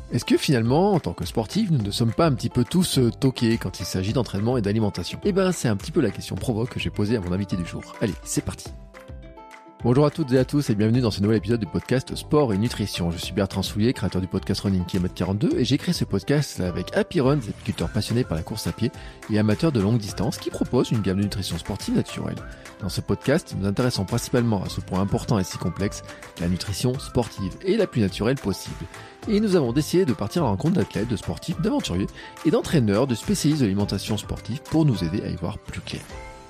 Est-ce que finalement, en tant que sportif, nous ne sommes pas un petit peu tous toqués quand il s'agit d'entraînement et d'alimentation? Eh ben, c'est un petit peu la question provoque que j'ai posée à mon invité du jour. Allez, c'est parti. Bonjour à toutes et à tous et bienvenue dans ce nouvel épisode du podcast Sport et Nutrition. Je suis Bertrand Soulier, créateur du podcast Running Km 42 et j'ai créé ce podcast avec Happy Run, des apiculteurs passionnés par la course à pied et amateurs de longue distance qui proposent une gamme de nutrition sportive naturelle. Dans ce podcast, nous nous intéressons principalement à ce point important et si complexe, la nutrition sportive et la plus naturelle possible. Et nous avons décidé de partir à la rencontre d'athlètes, de sportifs, d'aventuriers et d'entraîneurs, de spécialistes de l'alimentation sportive pour nous aider à y voir plus clair.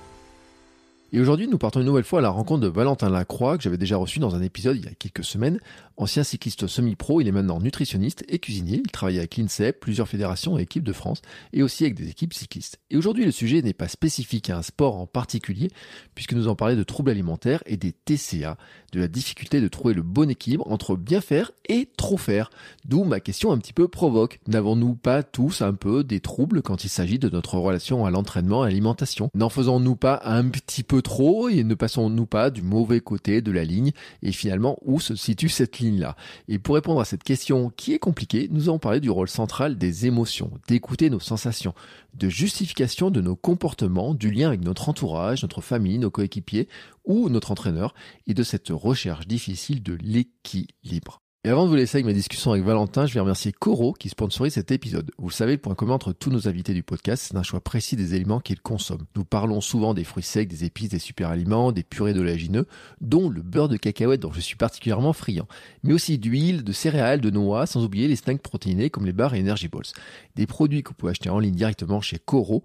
Et aujourd'hui, nous partons une nouvelle fois à la rencontre de Valentin Lacroix, que j'avais déjà reçu dans un épisode il y a quelques semaines. Ancien cycliste semi-pro, il est maintenant nutritionniste et cuisinier. Il travaille avec l'INSEP, plusieurs fédérations et équipes de France, et aussi avec des équipes cyclistes. Et aujourd'hui, le sujet n'est pas spécifique à un sport en particulier, puisque nous en parlons de troubles alimentaires et des TCA, de la difficulté de trouver le bon équilibre entre bien faire et trop faire. D'où ma question un petit peu provoque. N'avons-nous pas tous un peu des troubles quand il s'agit de notre relation à l'entraînement et à l'alimentation? N'en faisons-nous pas un petit peu trop et ne passons-nous pas du mauvais côté de la ligne? Et finalement, où se situe cette ligne-là? Et pour répondre à cette question qui est compliquée, nous allons parler du rôle central des émotions, d'écouter nos sensations, de justification de nos comportements, du lien avec notre entourage, notre famille, nos coéquipiers ou notre entraîneur, et de cette recherche difficile de l'équilibre. Et avant de vous laisser avec ma discussion avec Valentin, je vais remercier Koro qui sponsorise cet épisode. Vous le savez, le point commun entre tous nos invités du podcast, c'est un choix précis des éléments qu'ils consomment. Nous parlons souvent des fruits secs, des épices, des super aliments, des purées d'oléagineux, dont le beurre de cacahuète dont je suis particulièrement friand. Mais aussi d'huile, de céréales, de noix, sans oublier les snacks protéinés comme les bars et Energy Balls. Des produits que vous pouvez acheter en ligne directement chez Koro,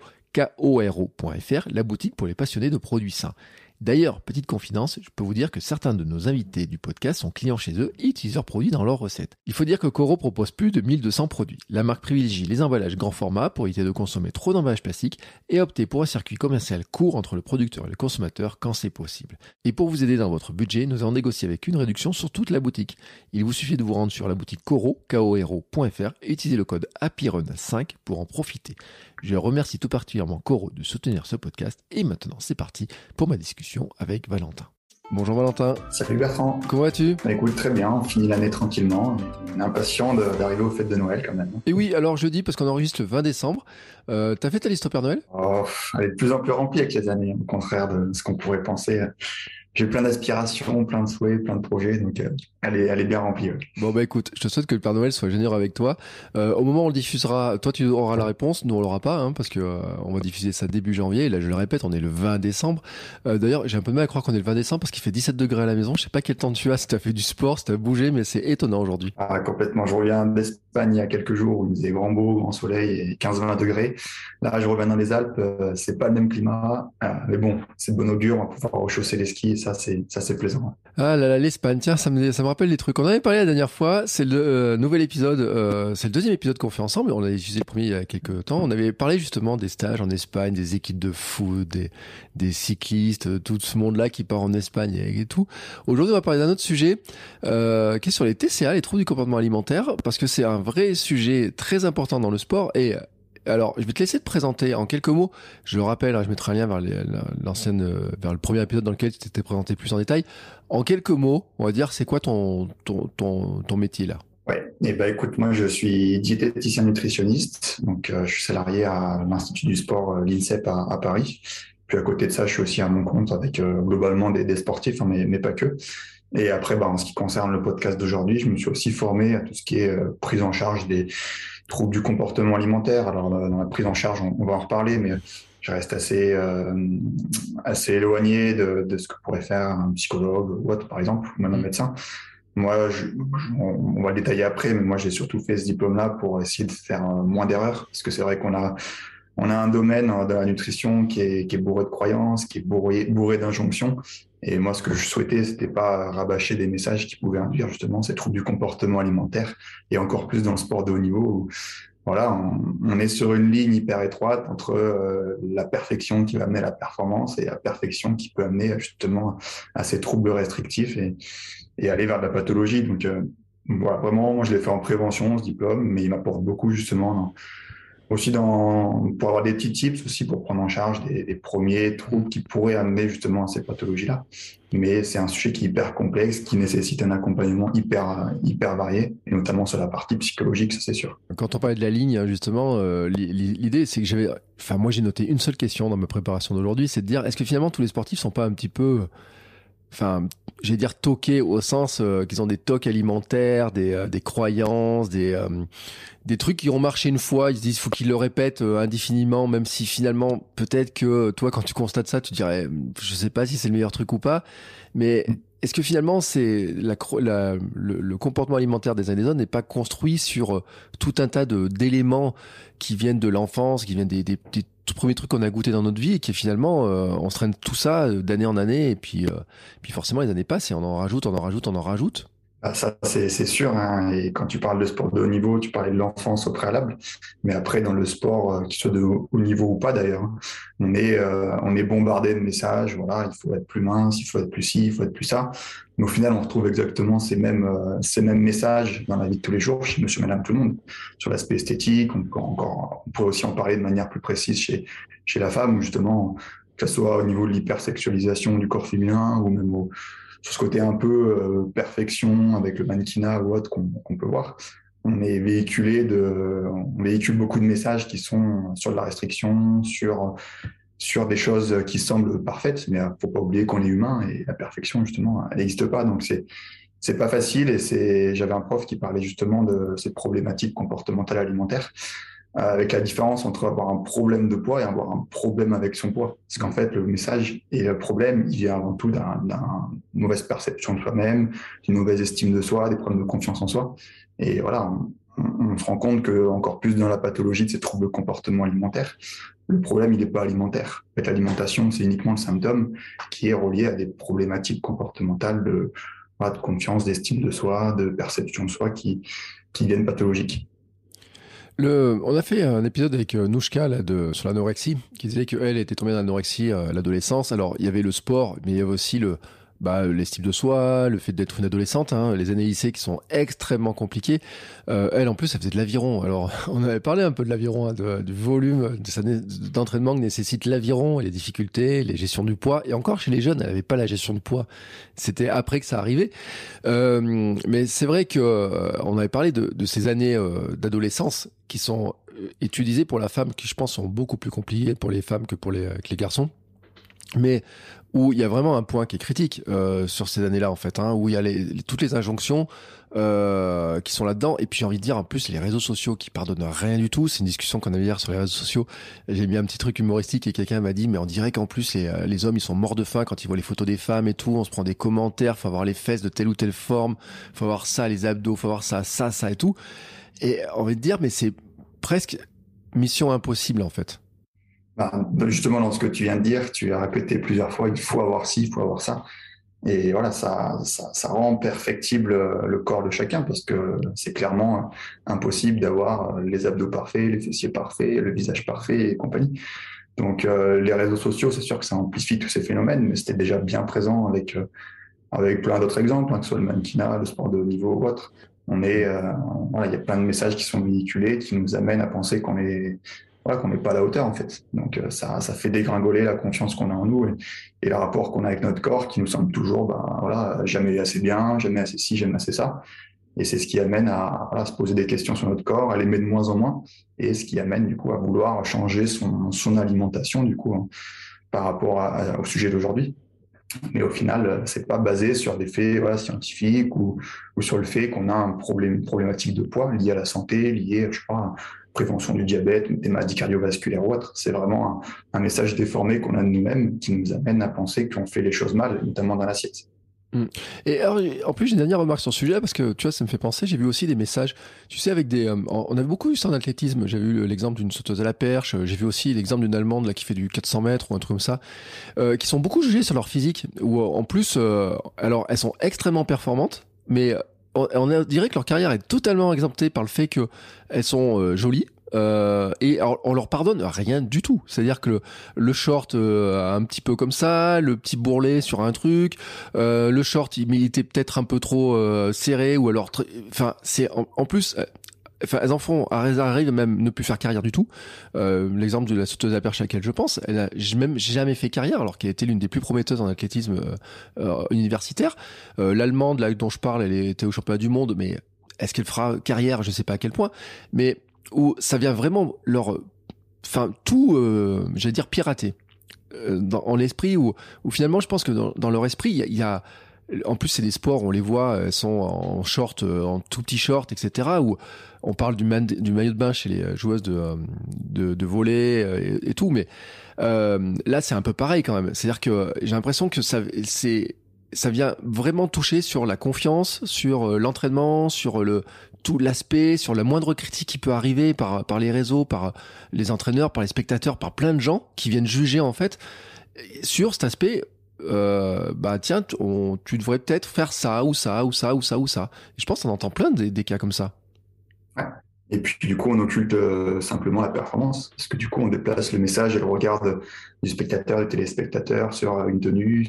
koro.fr, la boutique pour les passionnés de produits sains. D'ailleurs, petite confidence, je peux vous dire que certains de nos invités du podcast sont clients chez eux et utilisent leurs produits dans leurs recettes. Il faut dire que Koro propose plus de 1200 produits. La marque privilégie les emballages grand format pour éviter de consommer trop d'emballages plastiques et opter pour un circuit commercial court entre le producteur et le consommateur quand c'est possible. Et pour vous aider dans votre budget, nous avons négocié avec une réduction sur toute la boutique. Il vous suffit de vous rendre sur la boutique Koro, koro.fr et utiliser le code HAPPYRUN5 pour en profiter. Je remercie tout particulièrement Koro de soutenir ce podcast et maintenant c'est parti pour ma discussion avec Valentin. Bonjour Valentin. Salut Bertrand. Comment vas-tu? Écoute, très bien, on finit l'année tranquillement. On est impatient d'arriver aux fêtes de Noël quand même. Et oui, alors jeudi, parce qu'on enregistre le 20 décembre, t'as fait ta liste au Père Noël? Elle est de plus en plus remplie avec les années, au contraire de ce qu'on pourrait penser. J'ai plein d'aspirations, plein de souhaits, plein de projets, donc elle est bien remplie. Ouais. Bon bah écoute, je te souhaite que le Père Noël soit généreux avec toi. Au moment où on le diffusera, toi tu auras la réponse, nous on l'aura pas, hein, parce que on va diffuser ça début janvier. Et là je le répète, on est le 20 décembre. D'ailleurs j'ai un peu de mal à croire qu'on est le 20 décembre parce qu'il fait 17 degrés à la maison. Je sais pas quel temps tu as, si t'as fait du sport, si t'as bougé, mais c'est étonnant aujourd'hui. Ah, complètement. Je reviens d'Espagne il y a quelques jours où il faisait grand beau, grand soleil et 15-20 degrés. Là je reviens dans les Alpes, c'est pas le même climat, mais bon, c'est de bon augure, on va pouvoir rechausser les skis et ça c'est plaisant. Ah là là, l'Espagne, tiens, ça me rappelle les trucs. On en avait parlé la dernière fois, c'est le nouvel épisode, c'est le deuxième épisode qu'on fait ensemble, on avait diffusé le premier il y a quelques temps. On avait parlé justement des stages en Espagne, des équipes de foot, des cyclistes, tout ce monde-là qui part en Espagne et tout. Aujourd'hui, on va parler d'un autre sujet, qui est sur les TCA, les troubles du comportement alimentaire, parce que c'est un vrai sujet très important dans le sport et alors, je vais te laisser te présenter en quelques mots. Je le rappelle, je mettrai un lien vers vers le premier épisode dans lequel tu t'étais présenté plus en détail. En quelques mots, on va dire, c'est quoi ton métier là? Ouais. Et ben écoute, moi je suis diététicien nutritionniste, donc je suis salarié à l'Institut du sport, l'INSEP à Paris. Puis à côté de ça, je suis aussi à mon compte avec globalement des sportifs, hein, mais pas que. Et après, en ce qui concerne le podcast d'aujourd'hui, je me suis aussi formé à tout ce qui est prise en charge des troubles du comportement alimentaire. Alors dans la prise en charge, on va en reparler, mais je reste assez éloigné de ce que pourrait faire un psychologue ou autre, par exemple, ou même un médecin. Moi, on va le détailler après, mais moi j'ai surtout fait ce diplôme-là pour essayer de faire moins d'erreurs, parce que c'est vrai qu'on a un domaine de la nutrition qui est bourré de croyances, qui est bourré d'injonctions. Et moi, ce que je souhaitais, c'était pas rabâcher des messages qui pouvaient induire justement ces troubles du comportement alimentaire, et encore plus dans le sport de haut niveau où voilà, on est sur une ligne hyper étroite entre la perfection qui va amener à la performance et la perfection qui peut amener justement à ces troubles restrictifs et aller vers de la pathologie. Donc voilà, vraiment, moi je l'ai fait en prévention, ce diplôme, mais il m'apporte beaucoup justement Aussi pour avoir des petits tips aussi pour prendre en charge des premiers troubles qui pourraient amener justement à ces pathologies-là. Mais c'est un sujet qui est hyper complexe, qui nécessite un accompagnement hyper varié, et notamment sur la partie psychologique, ça c'est sûr. Quand on parlait de la ligne, hein, justement, l'idée, c'est que moi, j'ai noté une seule question dans ma préparation d'aujourd'hui, c'est de dire, est-ce que finalement tous les sportifs sont pas un petit peu, enfin, j'ai dire toqués au sens qu'ils ont des tocs alimentaires, des croyances, des trucs qui ont marché une fois, ils se disent faut qu'ils le répètent indéfiniment, même si finalement peut-être que toi quand tu constates ça, tu dirais je sais pas si c'est le meilleur truc ou pas, mais est-ce que finalement c'est le comportement alimentaire des uns et des autres n'est pas construit sur tout un tas d'éléments qui viennent de l'enfance, qui viennent des tout premiers trucs qu'on a goûté dans notre vie et qui finalement on se traîne tout ça d'année en année et puis forcément les années passent et on en rajoute, on en rajoute, on en rajoute. Ah, ça, c'est sûr, hein. Et quand tu parles de sport de haut niveau, tu parlais de l'enfance au préalable. Mais après, dans le sport, qu'il soit de haut niveau ou pas d'ailleurs, hein, on est bombardé de messages. Voilà, il faut être plus mince, il faut être plus ci, il faut être plus ça. Mais au final, on retrouve exactement ces mêmes messages dans la vie de tous les jours chez monsieur, madame, tout le monde. Sur l'aspect esthétique, on pourrait aussi en parler de manière plus précise chez la femme, où justement, que ce soit au niveau de l'hypersexualisation du corps féminin ou même sur ce côté un peu perfection avec le mannequinat ou autre qu'on peut voir. On véhicule beaucoup de messages qui sont sur de la restriction, sur des choses qui semblent parfaites, mais faut pas oublier qu'on est humain et la perfection, justement, elle n'existe pas. Donc, c'est pas facile et j'avais un prof qui parlait justement de ces problématiques comportementales alimentaires avec la différence entre avoir un problème de poids et avoir un problème avec son poids. Parce qu'en fait, le message et le problème, il vient avant tout d'une mauvaise perception de soi-même, d'une mauvaise estime de soi, des problèmes de confiance en soi. Et voilà, on se rend compte que encore plus dans la pathologie de ces troubles de comportement alimentaire, le problème, il n'est pas alimentaire. En fait, l'alimentation, c'est uniquement le symptôme qui est relié à des problématiques comportementales de confiance, d'estime de soi, de perception de soi qui deviennent pathologiques. On a fait un épisode avec Nouchka là, sur l'anorexie, qui disait qu'elle était tombée dans l'anorexie à l'adolescence. Alors, il y avait le sport, mais il y avait aussi l'estime de soi, le fait d'être une adolescente, hein, les années lycée qui sont extrêmement compliquées. Elle, en plus, elle faisait de l'aviron. Alors, on avait parlé un peu de l'aviron, hein, du volume d'entraînement que nécessite l'aviron, et les difficultés, les gestions du poids. Et encore, chez les jeunes, elle n'avait pas la gestion du poids. C'était après que ça arrivait. Mais c'est vrai que on avait parlé de ces années d'adolescence qui sont utilisées pour la femme, qui je pense sont beaucoup plus compliquées pour les femmes que que les garçons. Mais où il y a vraiment un point qui est critique sur ces années-là, en fait, hein, où il y a toutes les injonctions qui sont là-dedans. Et puis j'ai envie de dire, en plus, les réseaux sociaux qui pardonnent rien du tout. C'est une discussion qu'on avait hier sur les réseaux sociaux. J'ai mis un petit truc humoristique et quelqu'un m'a dit, mais on dirait qu'en plus, les hommes, ils sont morts de faim quand ils voient les photos des femmes et tout. On se prend des commentaires, faut avoir les fesses de telle ou telle forme, faut avoir ça, les abdos, faut avoir ça et tout. Et on va te dire, mais c'est presque mission impossible, en fait. Justement, dans ce que tu viens de dire, tu as répété plusieurs fois, il faut avoir ci, il faut avoir ça. Et voilà, ça rend perfectible le corps de chacun parce que c'est clairement impossible d'avoir les abdos parfaits, les fessiers parfaits, le visage parfait et compagnie. Donc, les réseaux sociaux, c'est sûr que ça amplifie tous ces phénomènes, mais c'était déjà bien présent avec plein d'autres exemples, hein, que ce soit le mannequinat, le sport de haut niveau ou autre. Voilà, il y a plein de messages qui sont véhiculés qui nous amènent à penser qu'on n'est pas à la hauteur en fait. Donc ça fait dégringoler la confiance qu'on a en nous et le rapport qu'on a avec notre corps qui nous semble toujours, voilà, jamais assez bien, jamais assez ci, jamais assez ça. Et c'est ce qui amène à se poser des questions sur notre corps, à l'aimer de moins en moins, et ce qui amène du coup à vouloir changer son alimentation du coup, hein, par rapport au sujet d'aujourd'hui. Mais au final, c'est pas basé sur des faits, voilà, scientifiques ou sur le fait qu'on a une problématique de poids liée à la santé, liée, je sais pas, à la prévention du diabète, des maladies cardiovasculaires ou autres. C'est vraiment un message déformé qu'on a de nous-mêmes qui nous amène à penser qu'on fait les choses mal, notamment dans l'assiette. Mm. Et alors, en plus, j'ai une dernière remarque sur ce sujet parce que tu vois, ça me fait penser. J'ai vu aussi des messages, tu sais, avec on avait beaucoup eu ça en athlétisme. J'ai vu l'exemple d'une sauteuse à la perche. J'ai vu aussi l'exemple d'une Allemande là qui fait du 400 mètres ou un truc comme ça, qui sont beaucoup jugées sur leur physique. Ou en plus, alors elles sont extrêmement performantes, mais on dirait que leur carrière est totalement exemptée par le fait que elles sont jolies. Et alors, on leur pardonne rien du tout. C'est-à-dire que le short un petit peu comme ça, le petit bourrelet sur un truc, le short il était peut-être un peu trop serré ou alors, enfin c'est en plus enfin, elles arrivent même ne plus faire carrière du tout. L'exemple de la sauteuse à perche à laquelle je pense, elle a même jamais fait carrière alors qu'elle était l'une des plus prometteuses en athlétisme universitaire. L'Allemande là dont je parle, elle était au championnat du monde, mais est-ce qu'elle fera carrière? Je sais pas à quel point, mais où ça vient vraiment enfin tout, j'allais dire pirater. En l'esprit où finalement je pense que dans leur esprit il y a en plus c'est des sports on les voit elles sont en short en tout petit short etc où on parle du maillot de bain chez les joueuses de volley et tout mais là c'est un peu pareil quand même c'est à dire que j'ai l'impression que ça vient vraiment toucher sur la confiance sur l'entraînement sur tout l'aspect sur la moindre critique qui peut arriver par les réseaux par les entraîneurs par les spectateurs par plein de gens qui viennent juger en fait sur cet aspect bah tiens tu devrais peut-être faire ça ou ça ou ça ou ça ou ça et je pense qu'on entend plein des cas comme ça. Ouais. Et puis du coup, on occulte simplement la performance, parce que du coup, on déplace le message et le regard du spectateur, du téléspectateur sur une tenue,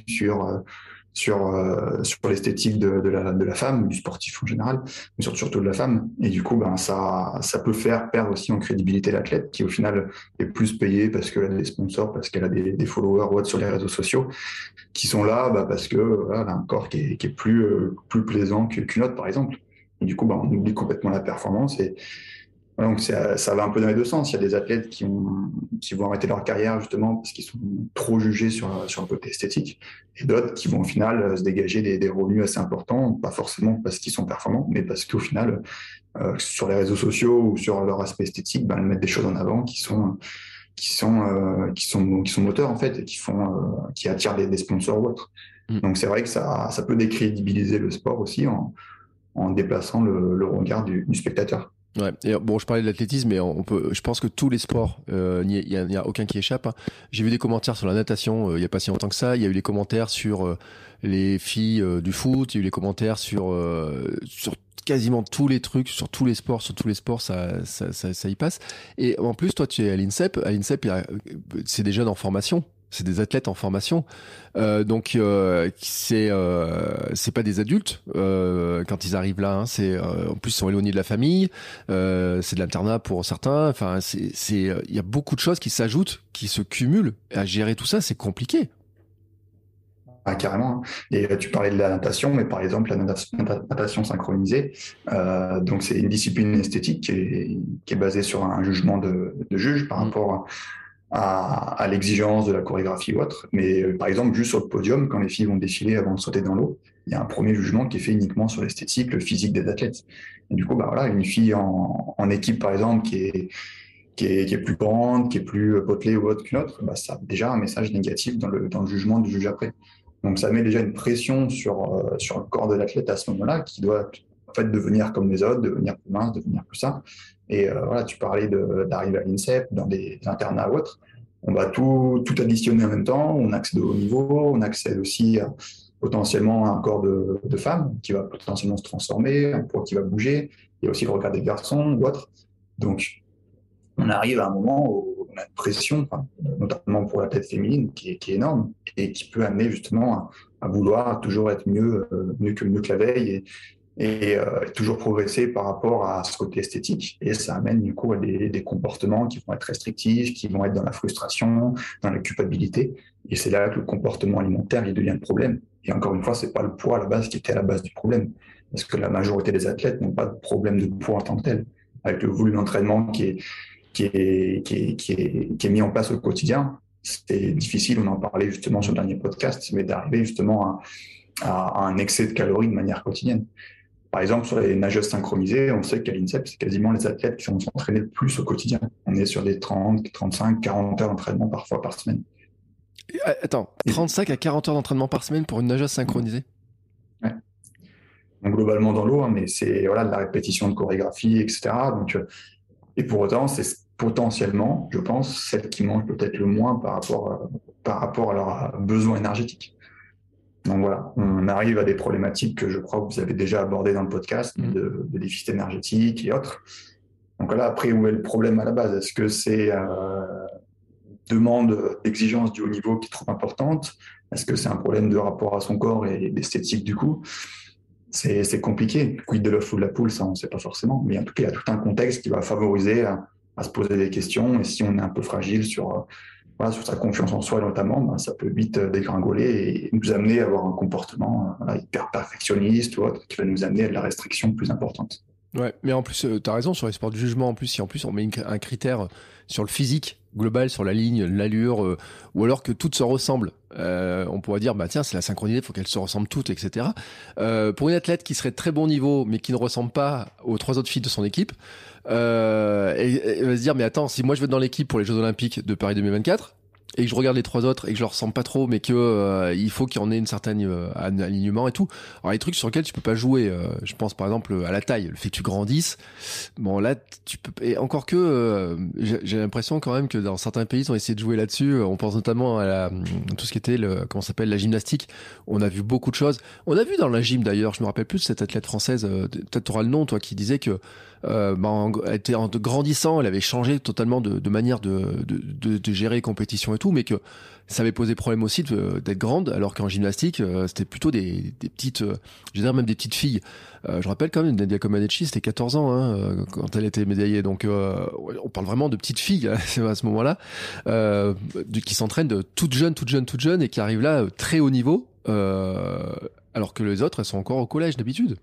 sur l'esthétique de la femme, du sportif en général, mais surtout de la femme. Et du coup, ben, ça peut faire perdre aussi en crédibilité l'athlète, qui au final est plus payé parce qu'elle a des sponsors, parce qu'elle a des followers ou autres sur les réseaux sociaux, qui sont là bah, parce que voilà, elle a un corps qui est plus plaisant qu'une autre, par exemple. Et du coup, bah, on oublie complètement la performance. Et voilà, donc ça va un peu dans les deux sens. Il y a des athlètes qui vont arrêter leur carrière justement parce qu'ils sont trop jugés sur le côté esthétique, et d'autres qui vont au final se dégager des revenus assez importants, pas forcément parce qu'ils sont performants, mais parce qu'au final, sur les réseaux sociaux ou sur leur aspect esthétique, ben, ils mettent des choses en avant qui sont moteurs en fait et qui attirent des sponsors ou autres. Mm. Donc c'est vrai que ça peut décrédibiliser le sport aussi en déplaçant le regard du spectateur. Ouais. Et bon, je parlais de l'athlétisme, mais je pense que tous les sports, il y a aucun qui échappe. Hein. J'ai vu des commentaires sur la natation, il y a pas si longtemps que ça. Il y a eu des commentaires sur les filles du foot. Il y a eu des commentaires sur quasiment tous les trucs, sur tous les sports, ça y passe. Et en plus, toi, tu es à l'INSEP. À l'INSEP, c'est des jeunes en formation. C'est des athlètes en formation, donc c'est pas des adultes quand ils arrivent là. Hein, en plus ils sont éloignés de la famille, c'est de l'internat pour certains. Enfin, il y a beaucoup de choses qui s'ajoutent, qui se cumulent. Et à gérer tout ça, c'est compliqué. Ah, carrément. Et tu parlais de la natation, mais par exemple, la natation synchronisée, donc c'est une discipline esthétique qui est basée sur un jugement de juge par rapport à l'exigence de la chorégraphie ou autre. Mais par exemple, juste sur le podium, quand les filles vont défiler avant de sauter dans l'eau, il y a un premier jugement qui est fait uniquement sur l'esthétique, le physique des athlètes. Et du coup, bah voilà, une fille en équipe, par exemple, qui est plus grande, qui est plus potelée ou autre qu'une autre, bah, ça a déjà un message négatif dans le jugement du juge après. Donc ça met déjà une pression sur le corps de l'athlète à ce moment-là, qui doit en fait devenir comme les autres, devenir plus mince, devenir plus ça. Et voilà, tu parlais d'arriver à l'INSEP, dans des internats ou autres. On va tout additionner en même temps, on accède au haut niveau, on accède aussi potentiellement à un corps de femme qui va potentiellement se transformer, un poids qui va bouger, il y a aussi le regard des garçons ou autres. Donc on arrive à un moment où on a une pression, notamment pour la tête féminine, qui est énorme et qui peut amener justement à vouloir toujours être mieux que la veille et toujours progresser par rapport à ce côté esthétique. Et ça amène du coup à des comportements qui vont être restrictifs, qui vont être dans la frustration, dans la culpabilité. Et c'est là que le comportement alimentaire il devient le problème. Et encore une fois, c'est pas le poids à la base qui était à la base du problème, parce que la majorité des athlètes n'ont pas de problème de poids en tant que tel. Avec le volume d'entraînement qui est mis en place au quotidien. C'est difficile, on en parlait justement sur le dernier podcast, mais d'arriver justement à un excès de calories de manière quotidienne. Par exemple, sur les nageuses synchronisées, on sait qu'à l'INSEP, c'est quasiment les athlètes qui vont s'entraîner le plus au quotidien. On est sur des 30, 35, 40 heures d'entraînement parfois par semaine. Attends, 35 à 40 heures d'entraînement par semaine pour une nageuse synchronisée? Ouais. Donc globalement dans l'eau, hein, mais c'est voilà, de la répétition de chorégraphie, etc. Donc, et pour autant, c'est potentiellement, je pense, celle qui mange peut-être le moins par rapport à leurs besoins énergétiques. Donc voilà, on arrive à des problématiques que je crois que vous avez déjà abordées dans le podcast, de déficit énergétique et autres. Donc voilà, après, où est le problème à la base? Est-ce que c'est demande d'exigence du haut niveau qui est trop importante? Est-ce que c'est un problème de rapport à son corps et d'esthétique du coup? c'est compliqué. Quid de l'œuf ou de la poule, ça, on ne sait pas forcément. Mais en tout cas, il y a tout un contexte qui va favoriser à se poser des questions. Et si on est un peu fragile sur sa confiance en soi notamment, ben, ça peut vite dégringoler et nous amener à avoir un comportement hyper perfectionniste ou autre qui va nous amener à de la restriction plus importante. Ouais, mais en plus, tu as raison sur les sports du jugement. En plus, si en plus on met un critère sur le physique global, sur la ligne, l'allure, ou alors que toutes se ressemblent, on pourrait dire, bah tiens, c'est la synchronisée, il faut qu'elles se ressemblent toutes, etc. Pour une athlète qui serait de très bon niveau, mais qui ne ressemble pas aux 3 autres filles de son équipe, elle va se dire, mais attends, si moi je veux être dans l'équipe pour les Jeux Olympiques de Paris 2024, et que je regarde les 3 autres et que je leur ressemble pas trop, mais que il faut qu'il y en ait une certaine alignement et tout. Alors les trucs sur lesquels tu peux pas jouer, je pense par exemple à la taille, le fait que tu grandisses. Bon là, tu peux. Et encore que j'ai l'impression quand même que dans certains pays ils ont essayé de jouer là-dessus. On pense notamment à tout ce qui était comment ça s'appelle, la gymnastique. On a vu beaucoup de choses. On a vu dans la gym d'ailleurs, je me rappelle plus de cette athlète française. Peut-être t'auras le nom toi qui disait que en grandissant, elle avait changé totalement de manière de gérer les compétitions et tout, mais que ça avait posé problème aussi d'être grande, alors qu'en gymnastique, c'était plutôt des petites, je veux dire même des petites filles. Je rappelle quand même, Nadia Comaneci, c'était 14 ans quand elle était médaillée, donc on parle vraiment de petites filles à ce moment-là, qui s'entraînent de toutes jeunes, et qui arrivent là très haut niveau, alors que les autres, elles sont encore au collège d'habitude.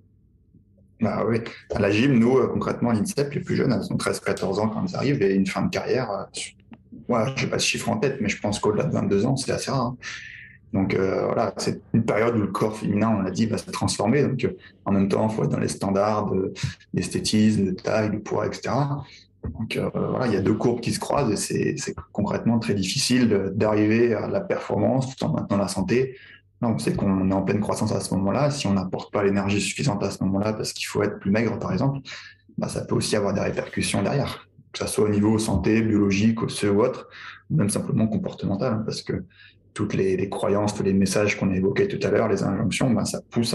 Bah oui, à la gym, nous, concrètement, à l'INSEP, les plus jeunes, elles ont 13-14 ans quand elles arrivent et une fin de carrière. Je n'ai pas ce chiffre en tête, mais je pense qu'au-delà de 22 ans, c'est assez rare. Hein. Donc voilà, c'est une période où le corps féminin, on l'a dit, va se transformer. Donc en même temps, il faut être dans les standards d'esthétisme, de taille, de poids, etc. Donc voilà, il y a 2 courbes qui se croisent et c'est concrètement très difficile d'arriver à la performance tout en maintenant la santé. Là, on sait qu'on est en pleine croissance à ce moment-là. Si on n'apporte pas l'énergie suffisante à ce moment-là parce qu'il faut être plus maigre, par exemple, bah, ça peut aussi avoir des répercussions derrière, que ce soit au niveau santé, biologique, osseux ou autre, ou même simplement comportemental, hein, parce que toutes les croyances, tous les messages qu'on a évoqués tout à l'heure, les injonctions, bah, ça pousse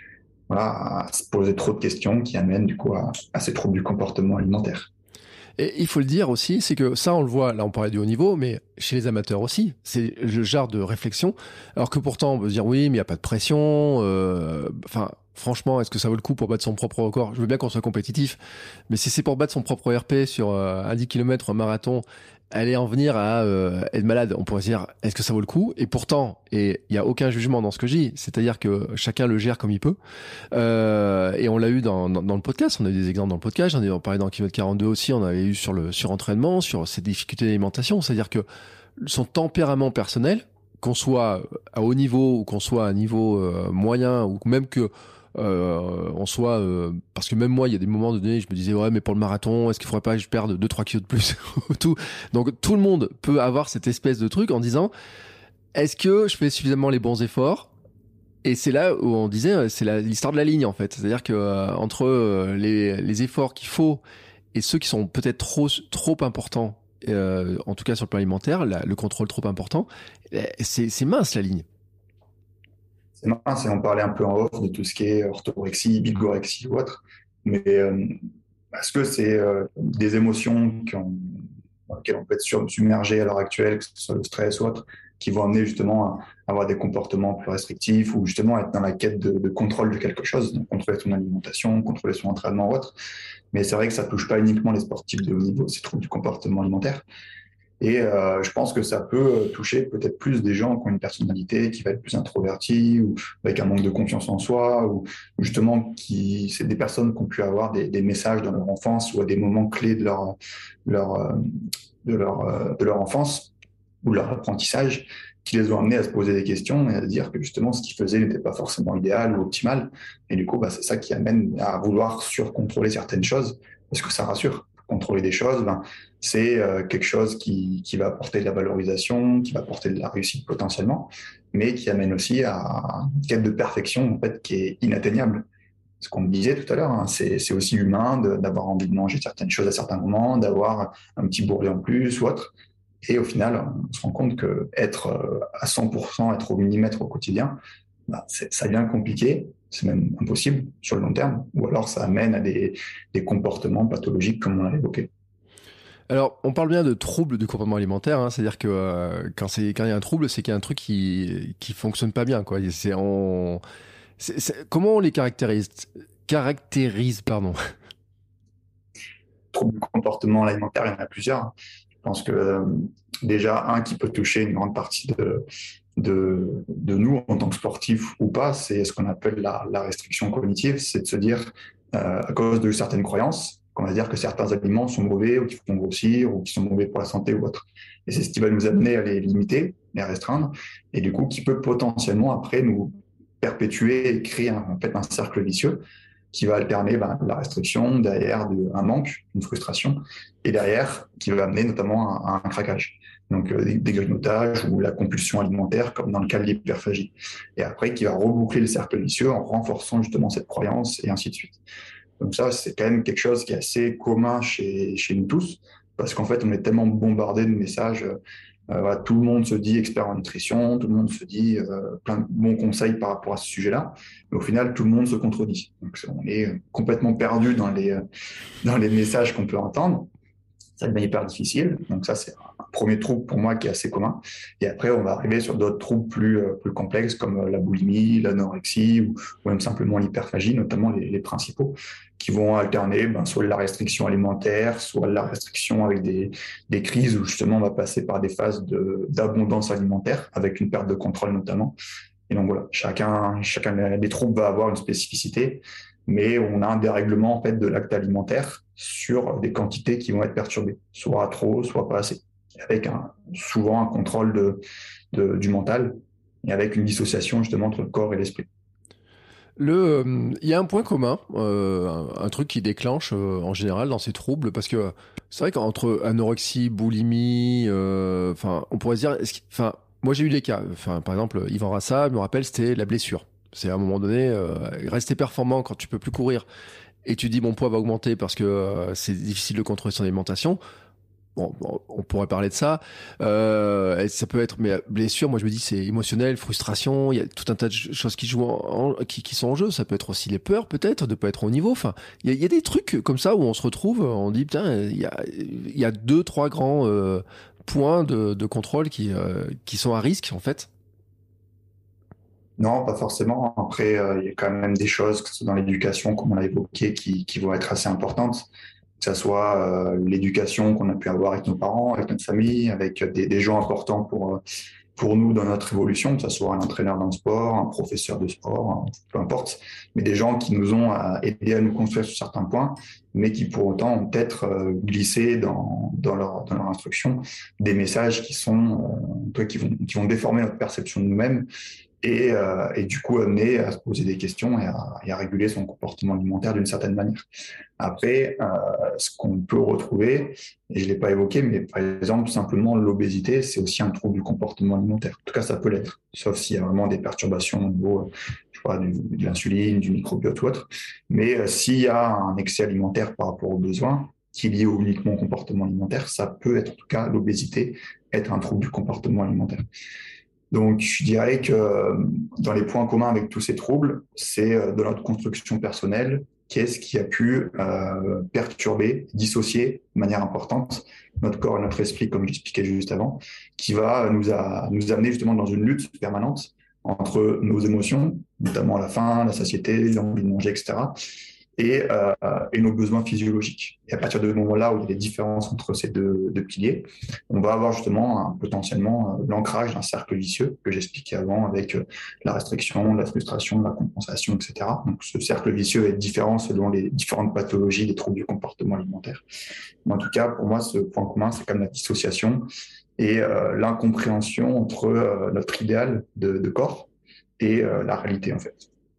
à se poser trop de questions qui amènent du coup à ces troubles du comportement alimentaire. Et il faut le dire aussi, c'est que ça, on le voit, là on parlait du haut niveau, mais chez les amateurs aussi, c'est le genre de réflexion. Alors que pourtant, on peut se dire, oui, mais il n'y a pas de pression. Enfin, franchement, est-ce que ça vaut le coup pour battre son propre record? Je veux bien qu'on soit compétitif, mais si c'est pour battre son propre RP sur un 10 km ou un marathon, aller en venir à être malade, on pourrait se dire, est-ce que ça vaut le coup? Et pourtant, et il n'y a aucun jugement dans ce que je dis, c'est-à-dire que chacun le gère comme il peut. Et on l'a eu dans le podcast, on a eu des exemples dans le podcast, j'en ai parlé dans Kilomètre 42 aussi, on avait eu sur le surentraînement, sur ses difficultés d'alimentation, c'est-à-dire que son tempérament personnel, qu'on soit à haut niveau ou qu'on soit à un niveau moyen, ou même que on soit parce que même moi il y a des moments donnés je me disais ouais mais pour le marathon est-ce qu'il faudrait pas que je perde 2-3 kilos de plus tout. Donc tout le monde peut avoir cette espèce de truc en disant est-ce que je fais suffisamment les bons efforts. Et c'est là où on disait c'est l'histoire de la ligne en fait, c'est-à-dire que entre les efforts qu'il faut et ceux qui sont peut-être trop importants, en tout cas sur le plan alimentaire, le contrôle trop important, c'est mince la ligne. C'est mince, et on parlait un peu en off de tout ce qui est orthorexie, bigorexie ou autre, mais est-ce que c'est des émotions dans lesquelles on peut être submergé à l'heure actuelle, que ce soit le stress ou autre, qui vont amener justement à avoir des comportements plus restrictifs ou justement être dans la quête de contrôle de quelque chose, donc contrôler son alimentation, contrôler son entraînement ou autre. Mais c'est vrai que ça touche pas uniquement les sportifs de haut niveau, ces troubles du comportement alimentaire. Et je pense que ça peut toucher peut-être plus des gens qui ont une personnalité qui va être plus introvertie ou avec un manque de confiance en soi ou justement c'est des personnes qui ont pu avoir des messages dans leur enfance ou à des moments clés leur, euh, de leur enfance ou de leur apprentissage qui les ont amenés à se poser des questions et à se dire que justement ce qu'ils faisaient n'était pas forcément idéal ou optimal. Et du coup, bah, c'est ça qui amène à vouloir surcontrôler certaines choses parce que ça rassure. Contrôler des choses, ben, c'est quelque chose qui va apporter de la valorisation, qui va apporter de la réussite potentiellement, mais qui amène aussi à une quête de perfection en fait, qui est inatteignable. Ce qu'on me disait tout à l'heure, hein, c'est aussi humain d'avoir envie de manger certaines choses à certains moments, d'avoir un petit bourrelet en plus ou autre. Et au final, on se rend compte que être à 100%, être au millimètre au quotidien, bah, ça devient compliqué, c'est même impossible sur le long terme, ou alors ça amène à des comportements pathologiques comme on l'a évoqué. Alors, on parle bien de troubles du comportement alimentaire, hein, c'est-à-dire que quand il y a un trouble, c'est qu'il y a un truc qui fonctionne pas bien, quoi. Comment on les caractérise, pardon. Troubles du comportement alimentaire, il y en a plusieurs. Je pense que déjà, un qui peut toucher une grande partie de nous en tant que sportifs ou pas, c'est ce qu'on appelle la restriction cognitive, c'est de se dire, à cause de certaines croyances, qu'on va dire que certains aliments sont mauvais ou qui font grossir ou qui sont mauvais pour la santé ou autre. Et c'est ce qui va nous amener à les limiter, les restreindre, et du coup qui peut potentiellement après nous perpétuer et créer en fait un cercle vicieux qui va alterner la restriction, derrière un manque, une frustration, et derrière qui va amener notamment à un craquage. Donc des grignotages ou la compulsion alimentaire, comme dans le cas de l'hyperphagie. Et après, qui va reboucler le cercle vicieux en renforçant justement cette croyance et ainsi de suite. Donc ça, c'est quand même quelque chose qui est assez commun chez nous tous, parce qu'en fait, on est tellement bombardé de messages. Voilà, tout le monde se dit expert en nutrition, tout le monde se dit plein de bons conseils par rapport à ce sujet-là, mais au final, tout le monde se contredit. Donc on est complètement perdu dans les messages qu'on peut entendre. Ça devient hyper difficile. Donc ça, c'est un premier trouble pour moi qui est assez commun. Et après, on va arriver sur d'autres troubles plus complexes comme la boulimie, l'anorexie ou même simplement l'hyperphagie, notamment les principaux, qui vont alterner soit la restriction alimentaire, soit la restriction avec des crises où justement on va passer par des phases d'abondance alimentaire avec une perte de contrôle notamment. Et donc voilà, chacun des troubles va avoir une spécificité, mais on a un dérèglement en fait de l'acte alimentaire sur des quantités qui vont être perturbées, soit trop, soit pas assez, avec souvent un contrôle du mental et avec une dissociation justement entre le corps et l'esprit. Il y a un point commun, un truc qui déclenche en général dans ces troubles, parce que c'est vrai qu'entre anorexie, boulimie, enfin, on pourrait se dire, enfin, moi j'ai eu des cas, enfin, par exemple, Yvan Rassa, je me rappelle, c'était la blessure. C'est à un moment donné, rester performant quand tu peux plus courir et tu dis mon poids va augmenter parce que c'est difficile de contrôler son alimentation. Bon, on pourrait parler de ça. Et ça peut être, mais blessure, moi je me dis c'est émotionnel, frustration. Il y a tout un tas de choses qui jouent, qui sont en jeu. Ça peut être aussi les peurs, peut-être, de pas être au niveau. Enfin, il y a des trucs comme ça où on se retrouve, on dit putain, il y a deux, trois grands points de contrôle qui sont à risque en fait. Non, pas forcément. Après, il y a quand même des choses, que ce soit dans l'éducation, comme on l'a évoqué, qui vont être assez importantes. Que ce soit l'éducation qu'on a pu avoir avec nos parents, avec notre famille, avec des gens importants pour nous dans notre évolution, que ce soit un entraîneur dans le sport, un professeur de sport, peu importe, mais des gens qui nous ont aidés à nous construire sur certains points, mais qui pour autant ont peut-être glissé dans leur instruction des messages qui vont déformer notre perception de nous-mêmes et du coup amener à se poser des questions et à réguler son comportement alimentaire d'une certaine manière. Après, ce qu'on peut retrouver, et je ne l'ai pas évoqué, mais par exemple, simplement l'obésité, c'est aussi un trouble du comportement alimentaire. En tout cas, ça peut l'être, sauf s'il y a vraiment des perturbations au niveau je sais pas, de l'insuline, du microbiote ou autre. Mais s'il y a un excès alimentaire par rapport aux besoins, qui est lié uniquement au comportement alimentaire, ça peut être en tout cas l'obésité, être un trouble du comportement alimentaire. Donc, je dirais que dans les points communs avec tous ces troubles, c'est de notre construction personnelle, qu'est-ce qui a pu perturber, dissocier de manière importante notre corps et notre esprit, comme j'expliquais juste avant, qui va nous amener justement dans une lutte permanente entre nos émotions, notamment la faim, la satiété, l'envie de manger, etc., et nos besoins physiologiques. Et à partir du moment-là où il y a des différences entre ces deux piliers, on va avoir justement potentiellement l'ancrage d'un cercle vicieux que j'expliquais avant avec la restriction, la frustration, la compensation, etc. Donc ce cercle vicieux est différent selon les différentes pathologies des troubles du comportement alimentaire. Mais en tout cas, pour moi, ce point commun, c'est comme la dissociation et l'incompréhension entre notre idéal de corps et la réalité en fait.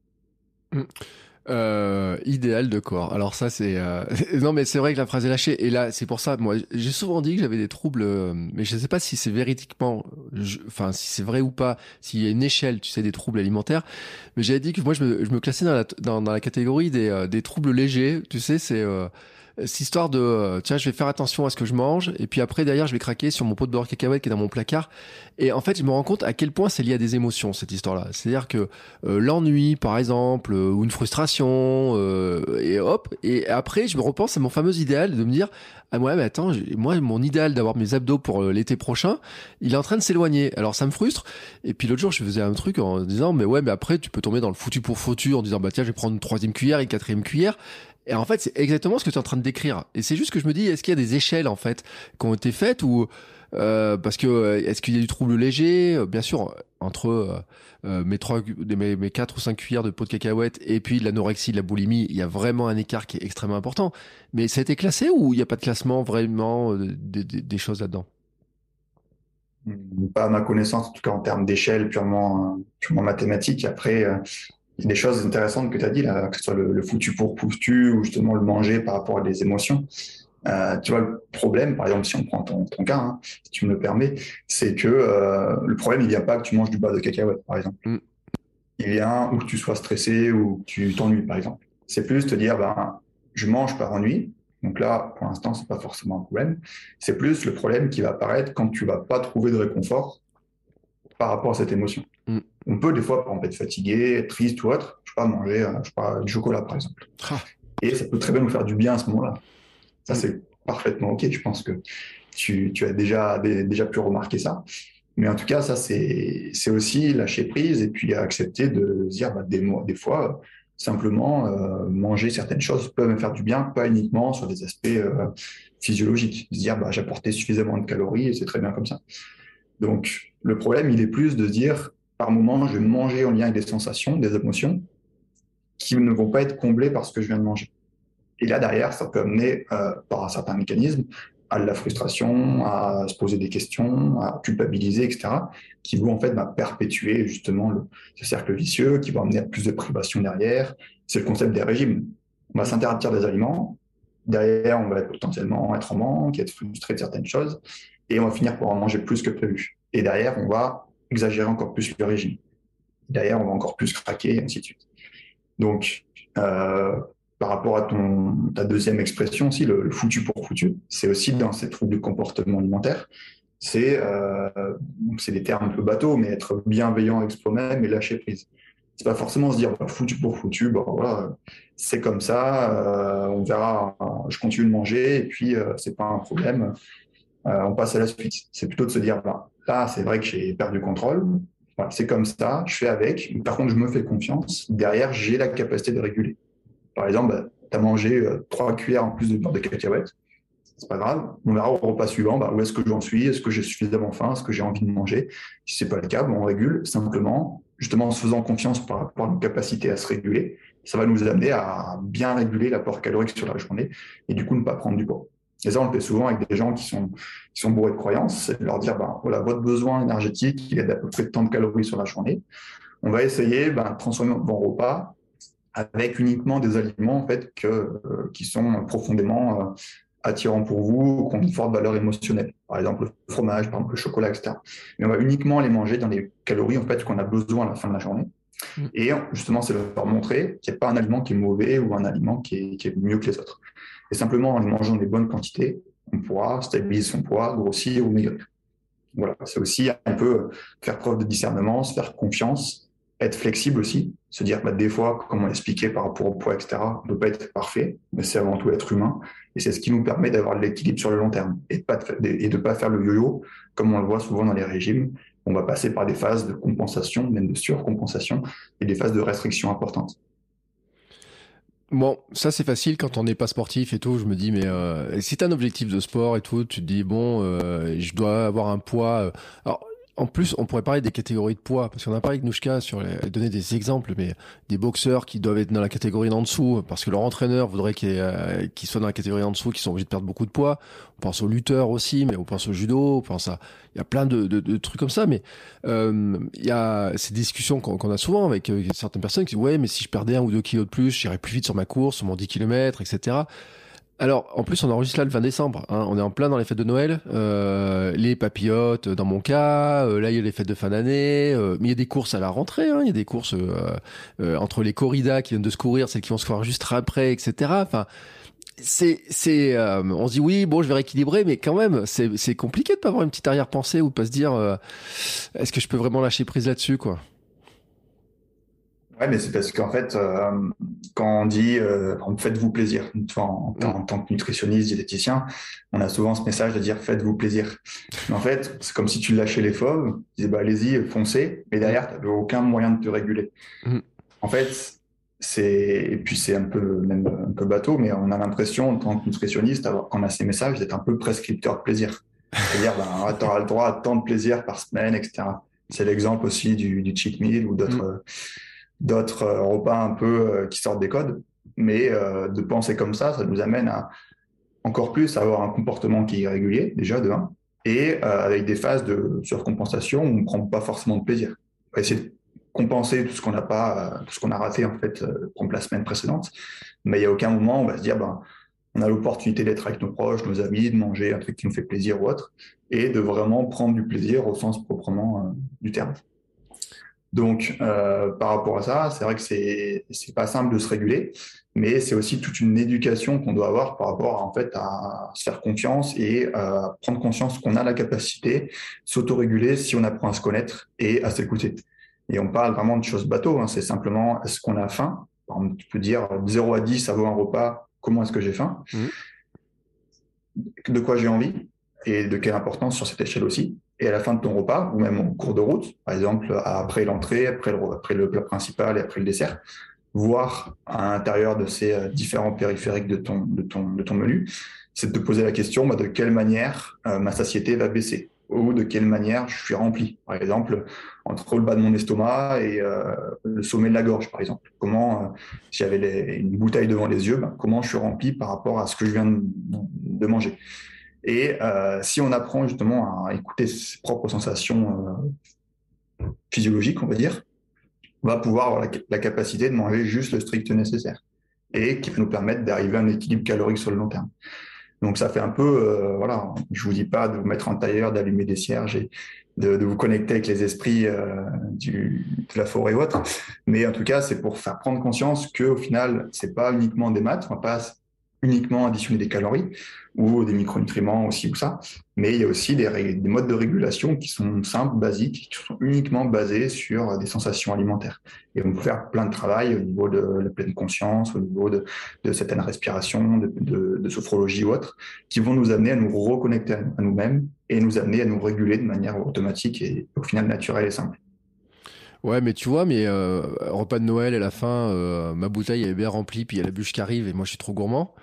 Idéal de corps. Alors ça c'est non mais c'est vrai que la phrase est lâchée et là c'est pour ça moi j'ai souvent dit que j'avais des troubles mais je sais pas si c'est véridiquement enfin si c'est vrai ou pas, s'il y a une échelle tu sais des troubles alimentaires, mais j'avais dit que moi je me classais dans la catégorie des troubles légers, tu sais c'est cette histoire de, tiens, je vais faire attention à ce que je mange, et puis après, derrière, je vais craquer sur mon pot de beurre cacahuète qui est dans mon placard. Et en fait, je me rends compte à quel point c'est lié à des émotions, cette histoire-là. C'est-à-dire que l'ennui, par exemple, ou une frustration, et hop, et après, je me repense à mon fameux idéal de me dire, ah ouais, mais attends, moi, mon idéal d'avoir mes abdos pour l'été prochain, il est en train de s'éloigner. Alors, ça me frustre. Et puis l'autre jour, je faisais un truc en disant, mais ouais, mais après, tu peux tomber dans le foutu pour foutu en disant, bah tiens, je vais prendre une troisième cuillère et une quatrième cuillère. Et en fait, c'est exactement ce que tu es en train de décrire. Et c'est juste que je me dis, est-ce qu'il y a des échelles, en fait, qui ont été faites ou, parce que, est-ce qu'il y a du trouble léger? Bien sûr, entre mes 4 ou 5 cuillères de pot de cacahuètes et puis de l'anorexie, de la boulimie, il y a vraiment un écart qui est extrêmement important. Mais ça a été classé ou il n'y a pas de classement vraiment des choses là-dedans? Pas à ma connaissance, en tout cas en termes d'échelle purement mathématique. Après, il y a des choses intéressantes que tu as dit, là, que ce soit le foutu pour foutu ou justement le manger par rapport à des émotions. Tu vois, le problème, par exemple, si on prend ton cas, hein, si tu me le permets, c'est que le problème, il vient pas que tu manges du beurre de cacahuète, par exemple. Mm. Il vient ou que tu sois stressé ou que tu t'ennuies, par exemple. C'est plus te dire, ben, je mange par ennui. Donc là, pour l'instant, c'est pas forcément un problème. C'est plus le problème qui va apparaître quand tu vas pas trouver de réconfort par rapport à cette émotion. Mm. On peut des fois, par exemple, être fatigué, être triste ou autre, je sais pas, manger, je sais pas, du chocolat, par exemple. Ah. Et ça peut très bien nous faire du bien à ce moment-là. Ça, Mm. c'est parfaitement OK. Je pense que tu as déjà pu remarquer ça. Mais en tout cas, ça, c'est aussi lâcher prise et puis accepter de se dire, bah, des fois, simplement, manger certaines choses peut me faire du bien, pas uniquement sur des aspects physiologiques. Se dire, bah, j'ai apporté suffisamment de calories et c'est très bien comme ça. Donc, le problème, il est plus de se dire, par moment, je vais manger en lien avec des sensations, des émotions qui ne vont pas être comblées par ce que je viens de manger. Et là, derrière, ça peut amener, par un certain mécanisme, à de la frustration, à se poser des questions, à culpabiliser, etc., qui vont en fait perpétuer justement ce cercle vicieux, qui va amener à plus de privation derrière. C'est le concept des régimes. On va s'interdire des aliments, derrière, on va potentiellement être en manque, être frustré de certaines choses, et on va finir par en manger plus que prévu. Et derrière, on va exagérer encore plus le régime. Derrière, on va encore plus craquer, et ainsi de suite. Donc, par rapport à ta deuxième expression aussi, le foutu pour foutu, c'est aussi dans ces troubles du comportement alimentaire. C'est des termes un peu bateaux, mais être bienveillant avec soi-même et lâcher prise. C'est pas forcément se dire bah, foutu pour foutu, bah, voilà, c'est comme ça, on verra, je continue de manger et puis c'est pas un problème, on passe à la suite. C'est plutôt de se dire bah, là, c'est vrai que j'ai perdu le contrôle, voilà, c'est comme ça, je fais avec, par contre, je me fais confiance, derrière, j'ai la capacité de réguler. Par exemple, bah, tu as mangé 3 cuillères en plus de beurre de cacahuète, c'est pas grave. On verra au repas suivant bah, où est-ce que j'en suis, est-ce que j'ai suffisamment faim, est-ce que j'ai envie de manger. Si c'est pas le cas, bah, on régule simplement, justement en se faisant confiance par rapport à notre capacité à se réguler. Ça va nous amener à bien réguler l'apport calorique sur la journée et du coup ne pas prendre du poids. Et ça, on le fait souvent avec des gens qui sont bourrés de croyances, c'est de leur dire bah, voilà, votre besoin énergétique, il est d'à peu près tant de calories sur la journée. On va essayer de transformer vos repas avec uniquement des aliments en fait qui sont profondément attirants pour vous, qui ont une forte valeur émotionnelle. Par exemple, le fromage, par exemple, le chocolat, etc. Mais on va uniquement les manger dans les calories en fait qu'on a besoin à la fin de la journée. Et justement, c'est leur montrer qu'il n'y a pas un aliment qui est mauvais ou un aliment qui est mieux que les autres. Et simplement en les mangeant des bonnes quantités, on pourra stabiliser son poids, grossir ou maigrir. Voilà, c'est aussi un peu faire preuve de discernement, se faire confiance, être flexible aussi, se dire bah, des fois, comme on l'expliquait par rapport au poids, etc., on ne peut pas être parfait, mais c'est avant tout être humain. Et c'est ce qui nous permet d'avoir de l'équilibre sur le long terme et de pas faire le yo-yo, comme on le voit souvent dans les régimes. On va passer par des phases de compensation, même de surcompensation, et des phases de restriction importantes. Bon, ça c'est facile quand on n'est pas sportif et tout. Je me dis, mais si t'as un objectif de sport et tout, tu te dis, bon, je dois avoir un poids. Alors, en plus, on pourrait parler des catégories de poids, parce qu'on a parlé avec Nouchka sur donner des exemples, mais des boxeurs qui doivent être dans la catégorie d'en dessous, parce que leur entraîneur voudrait qu'ils soient dans la catégorie en dessous, qui sont obligés de perdre beaucoup de poids. On pense aux lutteurs aussi, mais on pense au judo, on pense à, il y a plein de trucs comme ça, mais il y a ces discussions qu'on a souvent avec certaines personnes qui disent, ouais, mais si je perdais 1 ou 2 kilos de plus, j'irais plus vite sur ma course, sur mon 10 km, etc. Alors, en plus, on enregistre là le 20 décembre. Hein, on est en plein dans les fêtes de Noël. Les papillotes, dans mon cas. Là, il y a les fêtes de fin d'année. Mais il y a des courses à la rentrée. Hein, il y a des courses entre les corridas qui viennent de se courir, celles qui vont se courir juste après, etc. Enfin, On se dit oui, bon, je vais rééquilibrer, mais quand même, c'est compliqué de pas avoir une petite arrière-pensée ou de pas se dire, est-ce que je peux vraiment lâcher prise là-dessus, quoi. Ouais, mais c'est parce qu'en fait, quand on dit faites-vous plaisir, enfin, Mm. en tant que nutritionniste, diététicien, on a souvent ce message de dire faites-vous plaisir. Mais en fait, c'est comme si tu lâchais les fauves, tu disais bah, allez-y, foncez, mais Mm. derrière, tu n'avais aucun moyen de te réguler. Mm. En fait, et puis c'est un peu, même un peu bateau, mais on a l'impression, en tant que nutritionniste, quand on a ces messages, d'être un peu prescripteur de plaisir. C'est-à-dire, ben, tu auras le droit à tant de plaisir par semaine, etc. C'est l'exemple aussi du cheat meal ou Mm. d'autres repas un peu qui sortent des codes. Mais de penser comme ça nous amène à encore plus avoir un comportement qui est irrégulier, déjà de un, et avec des phases de surcompensation où on ne prend pas forcément de plaisir. On va essayer de compenser tout ce qu'on n'a pas, tout ce qu'on a raté en fait, la semaine précédente. Mais il n'y a aucun moment où on va se dire, ben, on a l'opportunité d'être avec nos proches, nos amis, de manger un truc qui nous fait plaisir ou autre, et de vraiment prendre du plaisir au sens proprement du terme. Donc, par rapport à ça, c'est vrai que c'est pas simple de se réguler, mais c'est aussi toute une éducation qu'on doit avoir par rapport à, en fait, à se faire confiance et à prendre conscience qu'on a la capacité de s'autoréguler si on apprend à se connaître et à s'écouter. Et on parle vraiment de choses bateaux, hein, c'est simplement est-ce qu'on a faim? Par exemple, tu peux dire 0 à 10 avant un repas, comment est-ce que j'ai faim? Mm. De quoi j'ai envie et de quelle importance sur cette échelle aussi. Et à la fin de ton repas, ou même en cours de route, par exemple après l'entrée, après le plat principal et après le dessert, voir à l'intérieur de ces différents périphériques de ton menu, c'est de te poser la question bah, de quelle manière ma satiété va baisser ou de quelle manière je suis rempli. Par exemple, entre le bas de mon estomac et le sommet de la gorge, par exemple. Comment, si j'avais une bouteille devant les yeux, bah, comment je suis rempli par rapport à ce que je viens de manger. Et si on apprend justement à écouter ses propres sensations physiologiques, on va dire, on va pouvoir avoir la capacité de manger juste le strict nécessaire et qui va nous permettre d'arriver à un équilibre calorique sur le long terme. Donc ça fait un peu, voilà, je vous dis pas de vous mettre en tailleur, d'allumer des cierges et de vous connecter avec les esprits de la forêt ou autre, mais en tout cas c'est pour faire prendre conscience que au final c'est pas uniquement des maths, on va pas uniquement additionner des calories ou des micronutriments aussi ou ça, mais il y a aussi des modes de régulation qui sont simples, basiques, qui sont uniquement basés sur des sensations alimentaires. Et on peut faire plein de travail au niveau de la pleine conscience, au niveau de certaines respirations, de sophrologie ou autre, qui vont nous amener à nous reconnecter à nous-mêmes et nous amener à nous réguler de manière automatique et au final naturelle et simple. Ouais, mais tu vois, repas de Noël à la fin, ma bouteille est bien remplie, puis il y a la bûche qui arrive et moi je suis trop gourmand.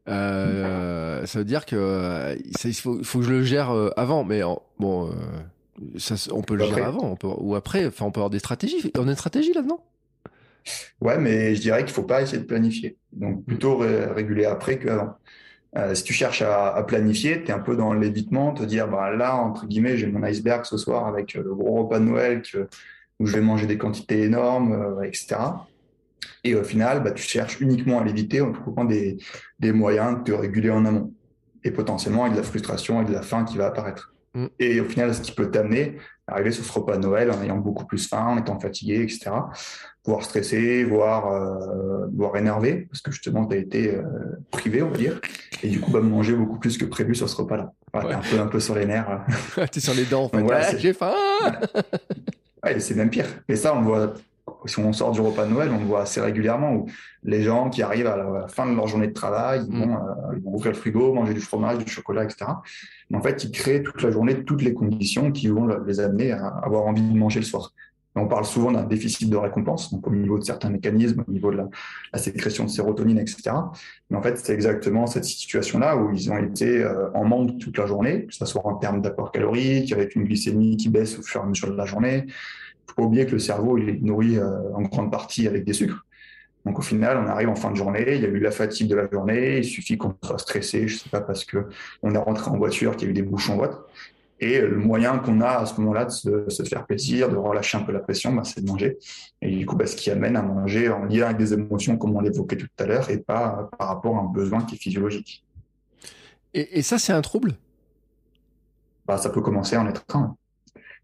Ça veut dire que il faut que je le gère avant, bon, on peut le gérer Après, avant, ou après, enfin on peut avoir des stratégies. On a une stratégie là-dedans? ouais, mais je dirais qu'il faut pas essayer de planifier. Donc Mm. plutôt réguler après qu'avant. Si tu cherches à planifier, tu es un peu dans l'évitement, te dire bah, là, entre guillemets, j'ai mon iceberg ce soir avec le gros repas de Noël où je vais manger des quantités énormes, etc. Et au final, bah, tu cherches uniquement à l'éviter en trouvant des moyens de te réguler en amont. Et potentiellement avec de la frustration et de la faim qui va apparaître. Mm. Et au final, ce qui peut t'amener à arriver sur ce repas de Noël en ayant beaucoup plus faim, en étant fatigué, etc. Voire stressé, voire énervé, parce que justement, tu as été privé, on va dire. Et du coup, bah, manger beaucoup plus que prévu sur ce repas-là. Voilà, Ouais. t'es un peu sur les nerfs. T'es sur les dents en Donc fait. voilà, Ah, j'ai faim. ouais. Ouais, c'est même pire. Et ça, on le voit, si on sort du repas de Noël, on le voit assez régulièrement où les gens qui arrivent à la fin de leur journée de travail, Mm. ils vont ouvrir le frigo, manger du fromage, du chocolat, etc. Mais en fait, ils créent toute la journée toutes les conditions qui vont les amener à avoir envie de manger le soir. Et on parle souvent d'un déficit de récompense, donc au niveau de certains mécanismes, au niveau de la sécrétion de sérotonine, etc. Mais en fait, c'est exactement cette situation-là où ils ont été en manque toute la journée, que ce soit en termes d'apport calorique, avec une glycémie qui baisse au fur et à mesure de la journée. Faut pas oublier que le cerveau, il est nourri en grande partie avec des sucres. Donc au final, on arrive en fin de journée, il y a eu la fatigue de la journée, il suffit qu'on soit stressé, je sais pas, parce que on est rentré en voiture, qu'il y a eu des bouchons ou autre. Et le moyen qu'on a à ce moment-là de se faire plaisir, de relâcher un peu la pression, bah, c'est de manger. Et du coup, bah, ce qui amène à manger en lien avec des émotions, comme on l'évoquait tout à l'heure, et pas par rapport à un besoin qui est physiologique. Et ça, c'est un trouble? Bah, ça peut commencer en être un.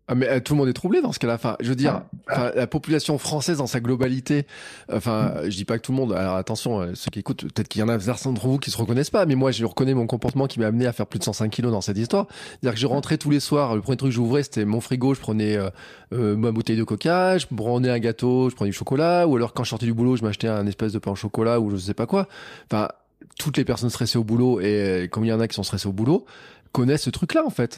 Ah, mais tout le monde est troublé dans ce cas-là. Enfin, je veux dire, Ah, enfin, ah, la population française dans sa globalité. Enfin, je dis pas que tout le monde. Alors attention, ceux qui écoutent, peut-être qu'il y en a certains d'entre vous qui se reconnaissent pas. Mais moi, je reconnais mon comportement qui m'a amené à faire plus de 105 kilos dans cette histoire. C'est-à-dire que je rentrais tous les soirs. Le premier truc que j'ouvrais, c'était mon frigo. Je prenais ma bouteille de coca, je prenais un gâteau, je prenais du chocolat. Ou alors quand je sortais du boulot, je m'achetais un espèce de pain au chocolat ou je sais pas quoi. Enfin, toutes les personnes stressées au boulot et comme il y en a qui sont stressées au boulot connaissent ce truc-là en fait.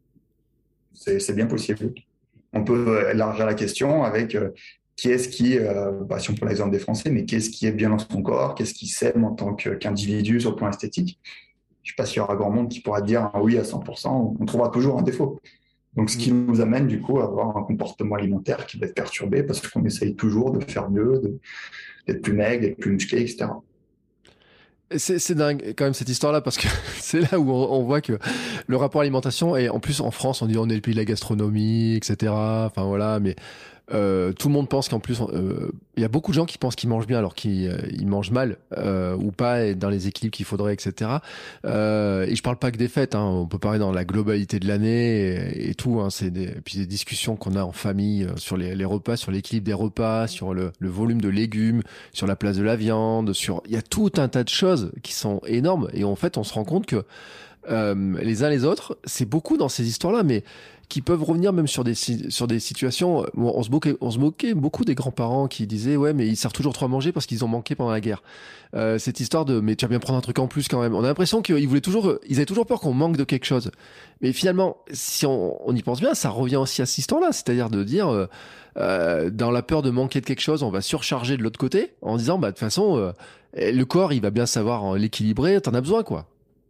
c'est bien possible. On peut élargir la question avec qui est-ce qui, si on prend l'exemple des Français, mais qui est-ce qui est bien dans son corps, qu'est-ce qui s'aime en tant qu'individu sur le plan esthétique. Je ne sais pas s'il y aura grand monde qui pourra dire un oui à 100%, on trouvera toujours un défaut. Donc, ce qui nous amène du coup à avoir un comportement alimentaire qui va être perturbé parce qu'on essaye toujours de faire mieux, d'être plus maigre, d'être plus musclé, etc. C'est dingue quand même cette histoire-là parce que c'est là où on voit que le rapport à l'alimentation et en plus en France on dit on est le pays de la gastronomie, etc. Enfin voilà, mais tout le monde pense qu'en plus il y a beaucoup de gens qui pensent qu'ils mangent bien alors qu'ils ils mangent mal ou pas et dans les équilibres qu'il faudrait, etc. Et je parle pas que des fêtes, hein, on peut parler dans la globalité de l'année et tout. Hein, puis des discussions qu'on a en famille sur les repas, sur l'équilibre des repas, sur le volume de légumes, sur la place de la viande, sur il y a tout un tas de choses qui sont énormes et en fait on se rend compte que les uns les autres, c'est beaucoup dans ces histoires-là, mais qui peuvent revenir même sur des situations. Bon, on se moquait beaucoup des grands-parents qui disaient ouais, mais ils servent toujours trop à manger parce qu'ils ont manqué pendant la guerre. Cette histoire de mais tu vas bien prendre un truc en plus quand même. On a l'impression ils avaient toujours peur qu'on manque de quelque chose. Mais finalement, si on y pense bien, ça revient aussi à cette histoire-là, c'est-à-dire de dire dans la peur de manquer de quelque chose, on va surcharger de l'autre côté en disant bah de toute façon le corps il va bien savoir l'équilibrer, t'en as besoin quoi.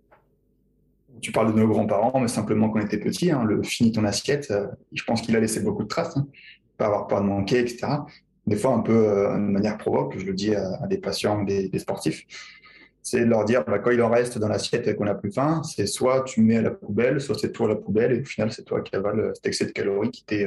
Tu parles de nos grands-parents, mais simplement quand on était petit, hein, le finis ton assiette, je pense qu'il a laissé beaucoup de traces, hein. Pas avoir peur de manquer, etc. Des fois, un peu de manière provoque, je le dis à des patients, des sportifs, c'est de leur dire, bah, quand il en reste dans l'assiette et qu'on n'a plus faim, c'est soit tu mets à la poubelle, soit c'est toi à la poubelle, et au final, c'est toi qui avales cet excès de calories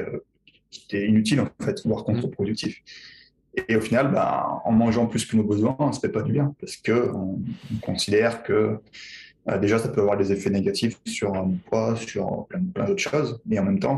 qui t'est inutile, en fait, voire Mm. contre-productif. Et au final, bah, en mangeant plus que nos besoins, on ne se fait pas du bien, parce qu'on considère que déjà, ça peut avoir des effets négatifs sur mon poids, sur plein d'autres choses, mais en même temps,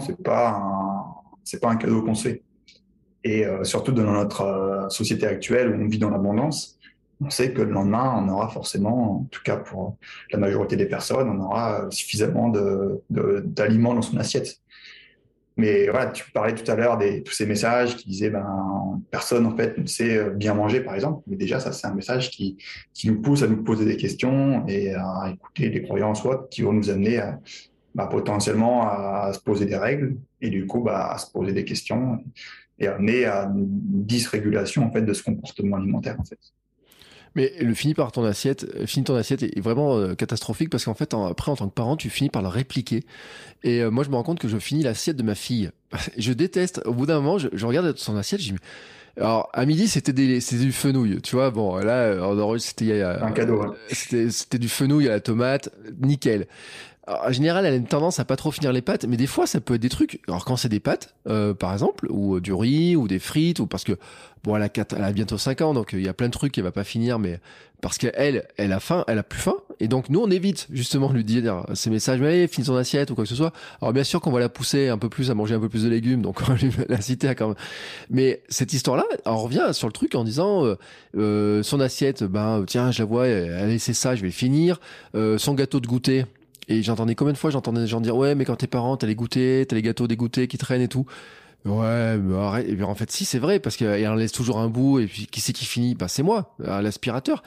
c'est pas un cadeau qu'on se fait. Et surtout dans notre société actuelle où on vit dans l'abondance, on sait que le lendemain, on aura forcément, en tout cas pour la majorité des personnes, on aura suffisamment d'aliments dans son assiette. Mais voilà, tu parlais tout à l'heure de tous ces messages qui disaient ben personne en fait ne sait bien manger par exemple. Mais déjà ça c'est un message qui nous pousse à nous poser des questions et à écouter des croyances ou autres qui vont nous amener à, bah, potentiellement à se poser des règles et du coup bah, à se poser des questions et amener à une dysrégulation en fait de ce comportement alimentaire en fait. Mais le fini ton assiette est vraiment catastrophique parce qu'en fait, après, en tant que parent, tu finis par le répliquer. Et moi, je me rends compte que je finis l'assiette de ma fille. Je déteste. Au bout d'un moment, je regarde son assiette, je dis, alors, à midi, c'était du fenouil. Tu vois, bon, là, en Norvège, C'est un cadeau, hein. c'était du fenouil à la tomate, nickel. Alors, en général, elle a une tendance à pas trop finir les pâtes, mais des fois, ça peut être des trucs. Alors, quand c'est des pâtes, par exemple, ou du riz, ou des frites, ou parce que, bon, elle a bientôt 5 ans, donc il y a plein de trucs qu'elle va pas finir, mais parce elle a faim, elle a plus faim. Et donc, nous, on évite, justement, de lui dire ces messages, mais allez, finis ton assiette, ou quoi que ce soit. Alors, bien sûr qu'on va la pousser un peu plus à manger un peu plus de légumes, donc on va lui l'inciter à quand même. Mais cette histoire-là, on revient sur le truc en disant, son assiette, ben, tiens, je la vois, elle a laissé ça, je vais le finir. Son gâteau de goûter, et j'entendais combien de fois, j'entendais des gens dire, ouais, mais quand t'es parent, t'as les goûters, t'as les gâteaux dégoûtés qui traînent et tout. Ouais, mais arrête. Et bien, en fait, si, c'est vrai, parce qu'elle en laisse toujours un bout, et puis qui c'est qui finit? Bah, c'est moi, l'aspirateur.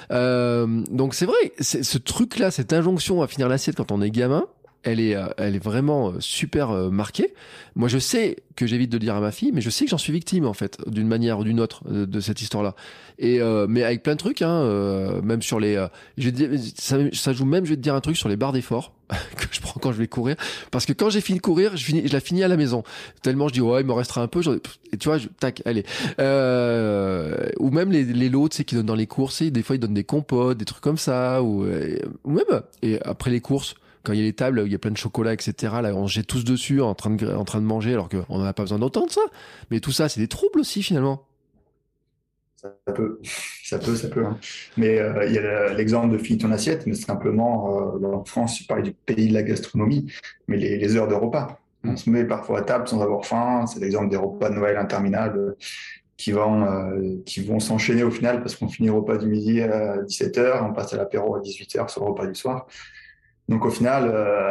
Donc c'est vrai, ce truc-là, cette injonction à finir l'assiette quand on est gamin, elle est vraiment super marquée. Moi, je sais que j'évite de le dire à ma fille, mais je sais que j'en suis victime, en fait, d'une manière ou d'une autre, de cette histoire-là. Et mais avec plein de trucs, hein, même sur les, je vais te dire, ça joue même, je vais te dire un truc sur les barres d'effort que je prends quand je vais courir, parce que quand j'ai fini de courir, je la finis à la maison. Tellement je dis ouais, il me restera un peu, et tu vois, tac, allez. Ou même les lots, tu sais, qui donnent dans les courses, des fois ils donnent des compotes, des trucs comme ça, ou même et après les courses. Quand il y a les tables, où il y a plein de chocolat, etc. Là, on se jette tous dessus en train de manger, alors qu'on n'en a pas besoin d'autant de ça. Mais tout ça, c'est des troubles aussi, finalement. Ça peut, ça peut, hein. Mais il y a l'exemple de finis ton assiette, mais simplement, en France, tu parlais du pays de la gastronomie, mais les heures de repas. On se met parfois à table sans avoir faim. C'est l'exemple des repas de Noël interminables qui vont s'enchaîner au final parce qu'on finit le repas du midi à 17h, on passe à l'apéro à 18h sur le repas du soir. Donc au final,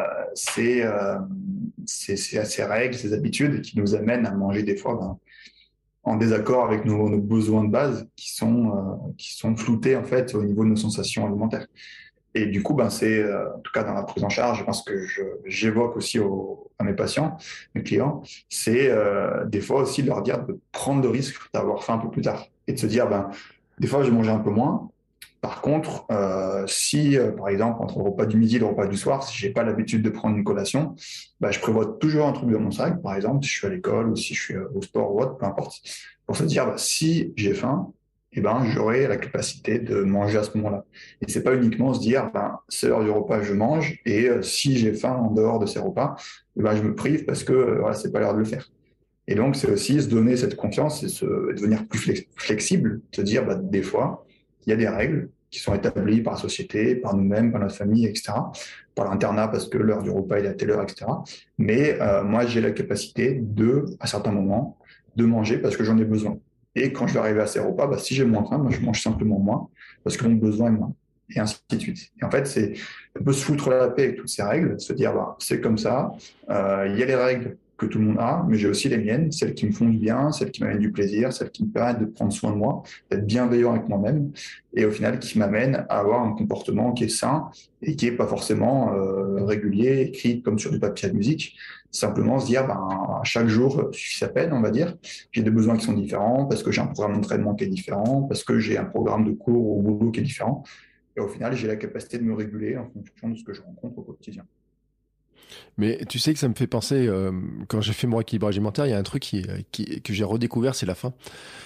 c'est à ces règles, ces habitudes qui nous amènent à manger des fois en désaccord avec nos besoins de base qui sont floutés en fait au niveau de nos sensations alimentaires. Et du coup, en tout cas dans la prise en charge, je pense que j'évoque aussi à mes patients, mes clients, c'est des fois aussi de leur dire de prendre le risque d'avoir faim un peu plus tard et de se dire, des fois, je vais manger un peu moins. Par contre, si, par exemple, entre le repas du midi et le repas du soir, si j'ai pas l'habitude de prendre une collation, je prévois toujours un truc dans mon sac, par exemple, si je suis à l'école ou si je suis au sport ou autre, peu importe, pour se dire, si j'ai faim, j'aurai la capacité de manger à ce moment-là. Et c'est pas uniquement se dire, c'est l'heure du repas, je mange, et si j'ai faim en dehors de ces repas, je me prive parce que voilà, c'est pas l'heure de le faire. Et donc, c'est aussi se donner cette confiance et devenir plus flexible, se dire, des fois, il y a des règles qui sont établies par la société, par nous-mêmes, par notre famille, etc., par l'internat parce que l'heure du repas est à telle heure, etc. Mais moi, j'ai la capacité à certains moments, de manger parce que j'en ai besoin. Et quand je vais arriver à ces repas, si j'ai moins faim, je mange simplement moins parce que mon besoin est moins. Et ainsi de suite. Et en fait, c'est un peu se foutre la paix avec toutes ces règles, se dire, c'est comme ça, il y a les règles que tout le monde a, mais j'ai aussi les miennes, celles qui me font du bien, celles qui m'amènent du plaisir, celles qui me permettent de prendre soin de moi, d'être bienveillant avec moi-même, et au final qui m'amènent à avoir un comportement qui est sain et qui est pas forcément régulier, écrit comme sur du papier de musique. Simplement se dire, chaque jour suffit sa peine, on va dire. J'ai des besoins qui sont différents, parce que j'ai un programme d'entraînement qui est différent, parce que j'ai un programme de cours au boulot qui est différent. Et au final, j'ai la capacité de me réguler en fonction de ce que je rencontre au quotidien. Mais tu sais que ça me fait penser, quand j'ai fait mon équilibrage alimentaire, il y a un truc que j'ai redécouvert, c'est la faim.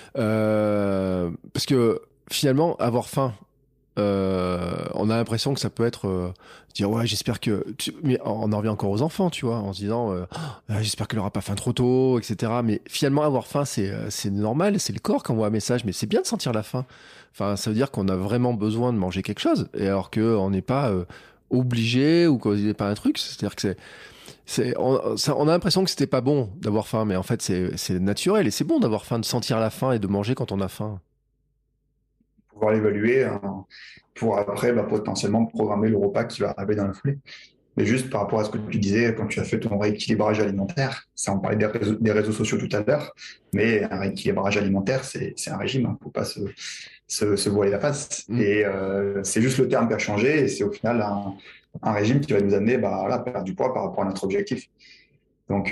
Parce que finalement, avoir faim, on a l'impression que ça peut être dire ouais, j'espère que mais on en revient encore aux enfants, tu vois, en se disant j'espère qu'elle aura pas faim trop tôt, etc. Mais finalement, avoir faim, c'est normal, c'est le corps qui envoie un message, mais c'est bien de sentir la faim. Enfin, ça veut dire qu'on a vraiment besoin de manger quelque chose, et alors que on n'est pas obligé ou qu'on n'est pas un truc. C'est-à-dire que on a l'impression que c'était pas bon d'avoir faim, mais en fait c'est naturel et c'est bon d'avoir faim, de sentir la faim et de manger quand on a faim. Pouvoir l'évaluer pour après potentiellement programmer le repas qui va arriver dans la foulée. Mais juste par rapport à ce que tu disais quand tu as fait ton rééquilibrage alimentaire, ça on parlait des réseaux sociaux tout à l'heure, mais un rééquilibrage alimentaire, c'est un régime, il ne faut pas se voiler la face. Mm. Et c'est juste le terme qui a changé, et c'est au final un régime qui va nous amener à perdre du poids par rapport à notre objectif. Donc,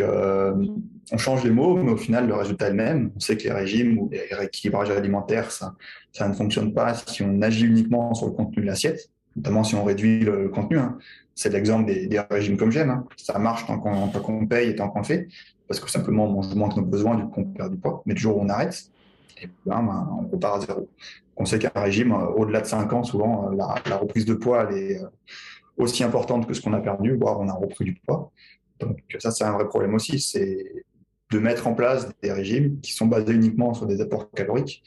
on change les mots, mais au final, le résultat est le même. On sait que les régimes ou les rééquilibrages alimentaires, ça ne fonctionne pas si on agit uniquement sur le contenu de l'assiette, notamment si on réduit le contenu. Hein. C'est l'exemple des régimes comme j'aime. Hein. Ça marche tant qu'on paye et tant qu'on le fait, parce que simplement on mange moins que nos besoins, du coup on perd du poids. Mais du jour où on arrête, et on repart à zéro. On sait qu'un régime, au-delà de 5 ans, souvent, la reprise de poids elle est aussi importante que ce qu'on a perdu, voire on a repris du poids. Donc ça, c'est un vrai problème aussi, c'est de mettre en place des régimes qui sont basés uniquement sur des apports caloriques,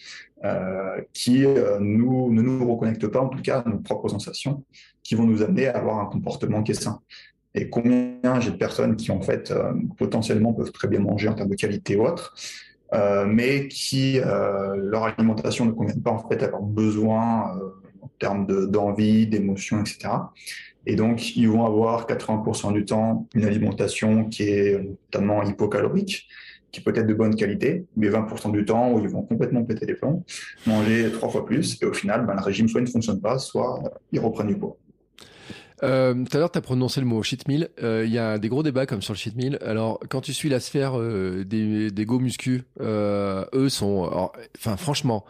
qui ne nous reconnectent pas, en tout cas, à nos propres sensations, qui vont nous amener à avoir un comportement qui est sain. Et combien j'ai de personnes qui, en fait, potentiellement peuvent très bien manger en termes de qualité ou autre, mais qui, leur alimentation ne convient pas, en fait, à leurs besoins en termes d'envie, d'émotion, etc. Et donc, ils vont avoir 80% du temps une alimentation qui est notamment hypocalorique, qui peut être de bonne qualité, mais 20% du temps où ils vont complètement péter les plombs, manger 3 fois plus, et au final, le régime soit il ne fonctionne pas, soit ils reprennent du poids. Tout à l'heure, tu as prononcé le mot cheat meal. Il y a des gros débats comme sur le cheat meal. Alors, quand tu suis la sphère des go muscu, eux sont... Enfin, franchement,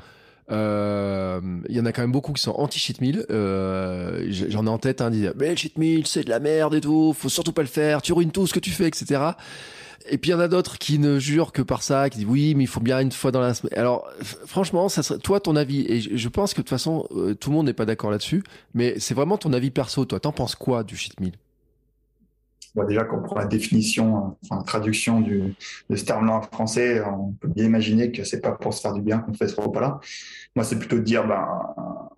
il y en a quand même beaucoup qui sont anti-cheat meal. J'en ai en tête un disent mais le cheat meal, c'est de la merde et tout, faut surtout pas le faire, tu ruines tout ce que tu fais, etc. Et puis il y en a d'autres qui ne jurent que par ça, qui disent oui, mais il faut bien une fois dans la semaine. Alors franchement, ça serait toi ton avis. Et je pense que de toute façon, tout le monde n'est pas d'accord là-dessus. Mais c'est vraiment ton avis perso. Toi, t'en penses quoi du cheat meal? Déjà, quand on prend la définition, la traduction de ce terme-là en français, on peut bien imaginer que c'est pas pour se faire du bien qu'on fait ce repas-là. Moi, c'est plutôt de dire,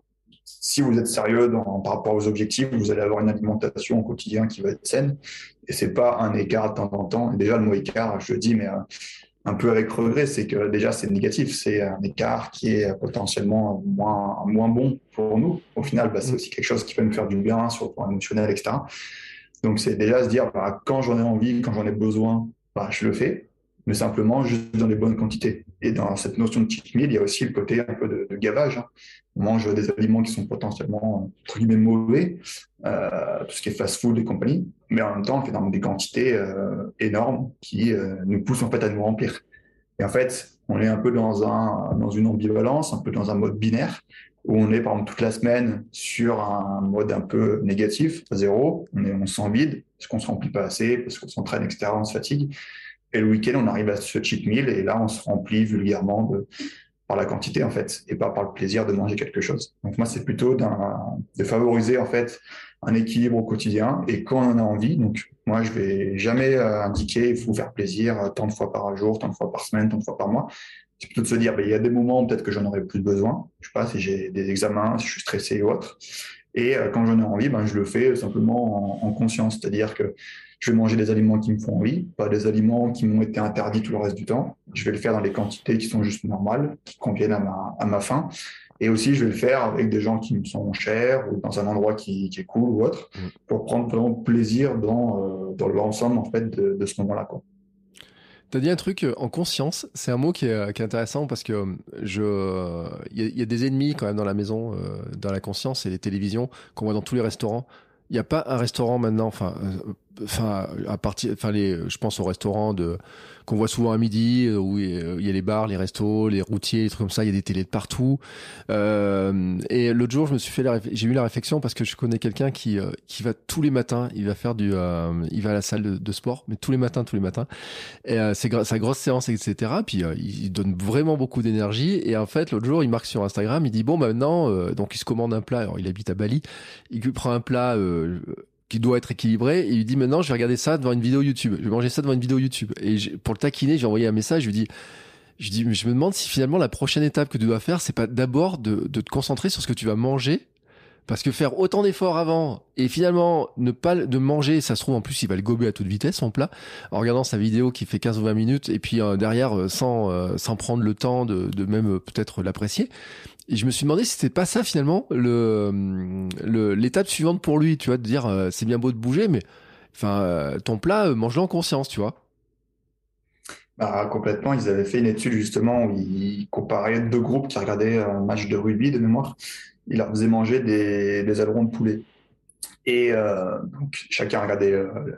si vous êtes sérieux par rapport aux objectifs, vous allez avoir une alimentation au quotidien qui va être saine. Et c'est pas un écart de temps en temps. Et déjà, le mot écart, je le dis, mais un peu avec regret, c'est que déjà, c'est négatif. C'est un écart qui est potentiellement moins bon pour nous. Au final, c'est aussi quelque chose qui peut nous faire du bien sur le plan émotionnel, etc. Donc, c'est déjà se dire, quand j'en ai envie, quand j'en ai besoin, je le fais, mais simplement juste dans les bonnes quantités. Et dans cette notion de cheat meal, il y a aussi le côté un peu de gavage, hein. On mange des aliments qui sont potentiellement, entre guillemets, mauvais, tout ce qui est fast-food et compagnie, mais en même temps, on le fait dans des quantités énormes qui nous poussent en fait à nous remplir. Et en fait, on est un peu dans une ambivalence, un peu dans un mode binaire, où on est par exemple toute la semaine sur un mode un peu négatif, à zéro, on se sent vide, parce qu'on ne se remplit pas assez, parce qu'on s'entraîne, etc., on se fatigue. Et le week-end, on arrive à ce cheat meal, et là, on se remplit vulgairement par la quantité, en fait, et pas par le plaisir de manger quelque chose. Donc moi, c'est plutôt de favoriser, en fait, un équilibre au quotidien, et quand on en a envie, donc moi, je vais jamais indiquer, il faut faire plaisir tant de fois par jour, tant de fois par semaine, tant de fois par mois. C'est plutôt de se dire, il y a des moments où peut-être que j'en aurais plus besoin, je sais pas, si j'ai des examens, si je suis stressé ou autre. Et quand j'en ai envie, je le fais simplement en conscience, c'est-à-dire que je vais manger des aliments qui me font envie, pas des aliments qui m'ont été interdits tout le reste du temps. Je vais le faire dans les quantités qui sont juste normales, qui conviennent à ma faim. Et aussi, je vais le faire avec des gens qui me sont chers ou dans un endroit qui est cool ou autre, pour prendre vraiment plaisir dans l'ensemble en fait, de ce moment-là, quoi. T'as dit un truc en conscience, c'est un mot qui est intéressant parce que il y a des ennemis quand même dans la maison, dans la conscience, et les télévisions qu'on voit dans tous les restaurants. Il n'y a pas un restaurant maintenant, je pense aux restaurants qu'on voit souvent à midi, où il y a les bars, les restos, les routiers, les trucs comme ça, il y a des télés de partout. Et l'autre jour, j'ai eu la réflexion parce que je connais quelqu'un qui va tous les matins, il va il va à la salle de sport, mais tous les matins. Et c'est sa grosse séance, etc. Puis il donne vraiment beaucoup d'énergie. Et en fait, l'autre jour, il marque sur Instagram, il dit bon, maintenant, donc il se commande un plat. Alors, il habite à Bali, il prend un plat qui doit être équilibré. Et il dit maintenant, je vais regarder ça devant une vidéo YouTube. Je vais manger ça devant une vidéo YouTube. Et pour le taquiner, j'ai envoyé un message. Je me demande si finalement la prochaine étape que tu dois faire, c'est pas d'abord de te concentrer sur ce que tu vas manger. Parce que faire autant d'efforts avant et finalement ne pas de manger, ça se trouve en plus il va le gober à toute vitesse son plat en regardant sa vidéo qui fait 15 ou 20 minutes et puis derrière sans prendre le temps de même peut-être l'apprécier. Et je me suis demandé si c'était pas ça finalement l'étape suivante pour lui, tu vois, de dire c'est bien beau de bouger mais ton plat mange-le en conscience, tu vois. Complètement, ils avaient fait une étude justement où ils comparaient deux groupes qui regardaient un match de rugby de mémoire. Ils leur faisaient manger des ailerons de poulet. Et donc, chacun regardait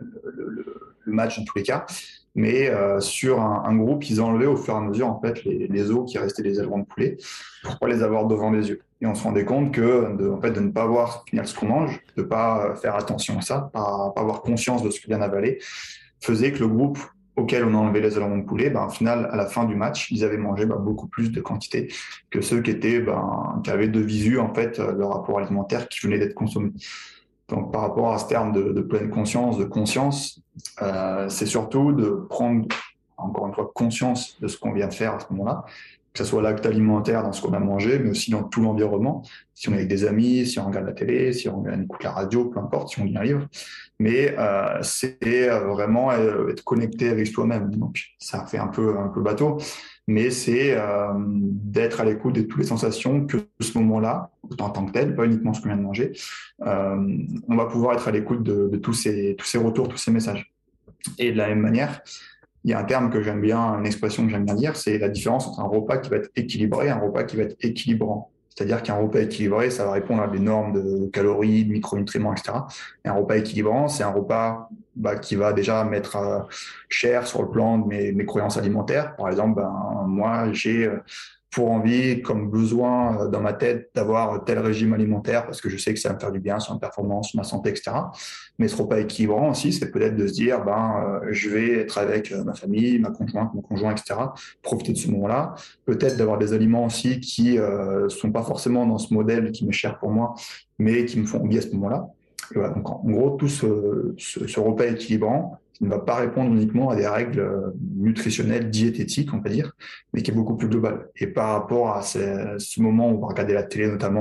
le match dans tous les cas. Mais sur un groupe, ils enlevaient au fur et à mesure en fait, les os qui restaient des ailerons de poulet pour pas les avoir devant les yeux. Et on se rendait compte de ne pas voir au final ce qu'on mange, de ne pas faire attention à ça, pas avoir conscience de ce que vient d'avaler, faisait que le groupe auquel on a enlevé les ailerons de poulet, au final, à la fin du match, ils avaient mangé beaucoup plus de quantité que ceux qui avaient de visu en fait le rapport alimentaire qui venait d'être consommé. Donc, par rapport à ce terme de pleine conscience, de conscience, c'est surtout de prendre, encore une fois, conscience de ce qu'on vient de faire à ce moment-là, que ce soit l'acte alimentaire dans ce qu'on a mangé, mais aussi dans tout l'environnement. Si on est avec des amis, si on regarde la télé, si on écoute la radio, peu importe, si on lit un livre. Mais c'est vraiment être connecté avec soi-même. Donc, ça fait un peu bateau, mais c'est d'être à l'écoute de toutes les sensations que ce moment-là, en tant que tel, pas uniquement ce qu'on vient de manger, on va pouvoir être à l'écoute de tous ces retours, tous ces messages. Et de la même manière, il y a un terme que j'aime bien, une expression que j'aime bien dire, c'est la différence entre un repas qui va être équilibré et un repas qui va être équilibrant. C'est-à-dire qu'un repas équilibré, ça va répondre à des normes de calories, de micronutriments, etc. Et un repas équilibrant, c'est un repas qui va déjà mettre cher sur le plan de mes croyances alimentaires. Par exemple, moi, j'ai pour envie, comme besoin dans ma tête, d'avoir tel régime alimentaire parce que je sais que ça va me faire du bien sur ma performance, ma santé, etc. Mais ce repas équilibrant aussi, c'est peut-être de se dire, je vais être avec ma famille, ma conjointe, mon conjoint, etc. Profiter de ce moment-là. Peut-être d'avoir des aliments aussi qui sont pas forcément dans ce modèle qui m'est cher pour moi, mais qui me font envie à ce moment-là. Et voilà, donc en gros, tout ce repas équilibrant qui ne va pas répondre uniquement à des règles nutritionnelles, diététiques, on va dire, mais qui est beaucoup plus global. Et par rapport à ce moment où on va regarder la télé notamment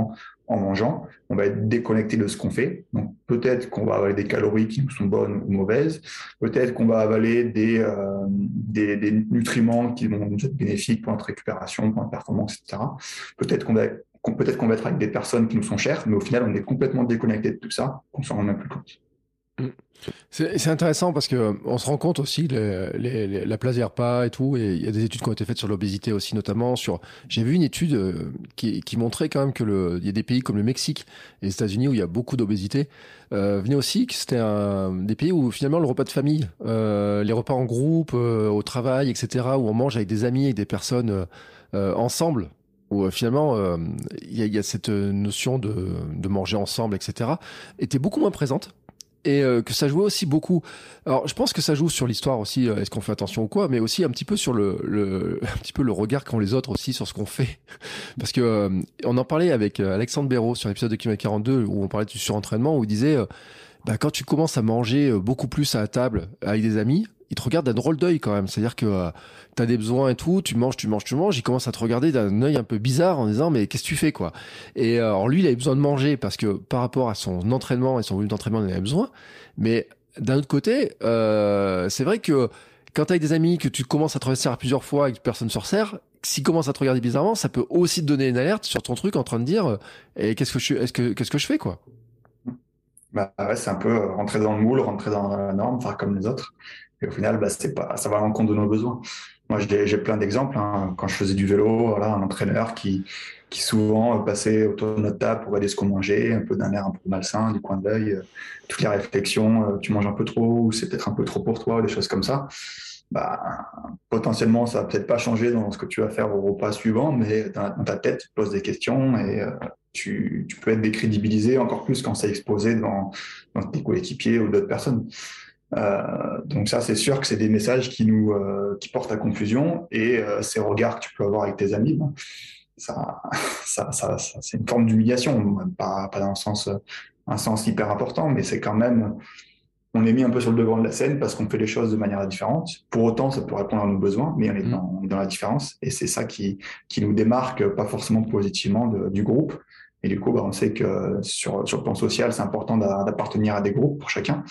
en mangeant, on va être déconnecté de ce qu'on fait. Donc peut-être qu'on va avaler des calories qui nous sont bonnes ou mauvaises, peut-être qu'on va avaler des nutriments qui vont nous être bénéfiques pour notre récupération, pour notre performance, etc. Peut-être qu'on va être avec des personnes qui nous sont chères, mais au final, on est complètement déconnecté de tout ça, qu'on s'en rend même plus compte. C'est intéressant parce que on se rend compte aussi la place des repas et tout, et il y a des études qui ont été faites sur l'obésité aussi, notamment sur. J'ai vu une étude qui montrait quand même que il y a des pays comme le Mexique et les États-Unis où il y a beaucoup d'obésité, venait aussi que c'était des pays où finalement le repas de famille, les repas en groupe, au travail, etc., où on mange avec des amis, avec des personnes ensemble. Où finalement il y a cette notion de manger ensemble, etc., était beaucoup moins présente et que ça jouait aussi beaucoup. Alors, je pense que ça joue sur l'histoire aussi, est-ce qu'on fait attention ou quoi, mais aussi un petit peu sur un petit peu le regard qu'ont les autres aussi sur ce qu'on fait. Parce que on en parlait avec Alexandre Béraud sur l'épisode de Kilomètre 42 où on parlait du surentraînement, où il disait bah, quand tu commences à manger beaucoup plus à la table avec des amis, ils te regardent d'un drôle d'œil quand même. C'est-à-dire que t'as des besoins et tout, tu manges, ils commencent à te regarder d'un œil un peu bizarre en disant mais qu'est-ce que tu fais quoi. Et alors lui, il avait besoin de manger parce que par rapport à son entraînement et son volume d'entraînement, il en avait besoin. Mais d'un autre côté, c'est vrai que quand t'as avec des amis, que tu commences à te resserrer plusieurs fois et que personne ne se resserre, s'ils commencent à te regarder bizarrement, ça peut aussi te donner une alerte sur ton truc en train de dire et qu'est-ce que je fais quoi. Bah, ouais, c'est un peu rentrer dans le moule, rentrer dans la norme, faire comme les autres. Et au final, bah, c'est pas, ça va à l'encontre de nos besoins. Moi, j'ai plein d'exemples, hein. Quand je faisais du vélo, voilà, un entraîneur qui souvent passait autour de notre table pour regarder ce qu'on mangeait, un peu d'un air un peu malsain, du coin de l'œil, toutes les réflexions, tu manges un peu trop, ou c'est peut-être un peu trop pour toi, des choses comme ça. Bah, potentiellement, ça va peut-être pas changer dans ce que tu vas faire au repas suivant, mais dans ta tête, tu te poses des questions et tu peux être décrédibilisé encore plus quand c'est exposé dans tes coéquipiers ou d'autres personnes. Donc ça, c'est sûr que c'est des messages qui portent à confusion et ces regards que tu peux avoir avec tes amis, ben, ça, c'est une forme d'humiliation, pas dans un sens hyper important, mais c'est quand même, on est mis un peu sur le devant de la scène parce qu'on fait les choses de manière différente. Pour autant, ça peut répondre à nos besoins, mais on est dans la différence et c'est ça qui nous démarque pas forcément positivement du groupe. Et du coup, bah, on sait que sur le plan social, c'est important d'appartenir à des groupes pour chacun.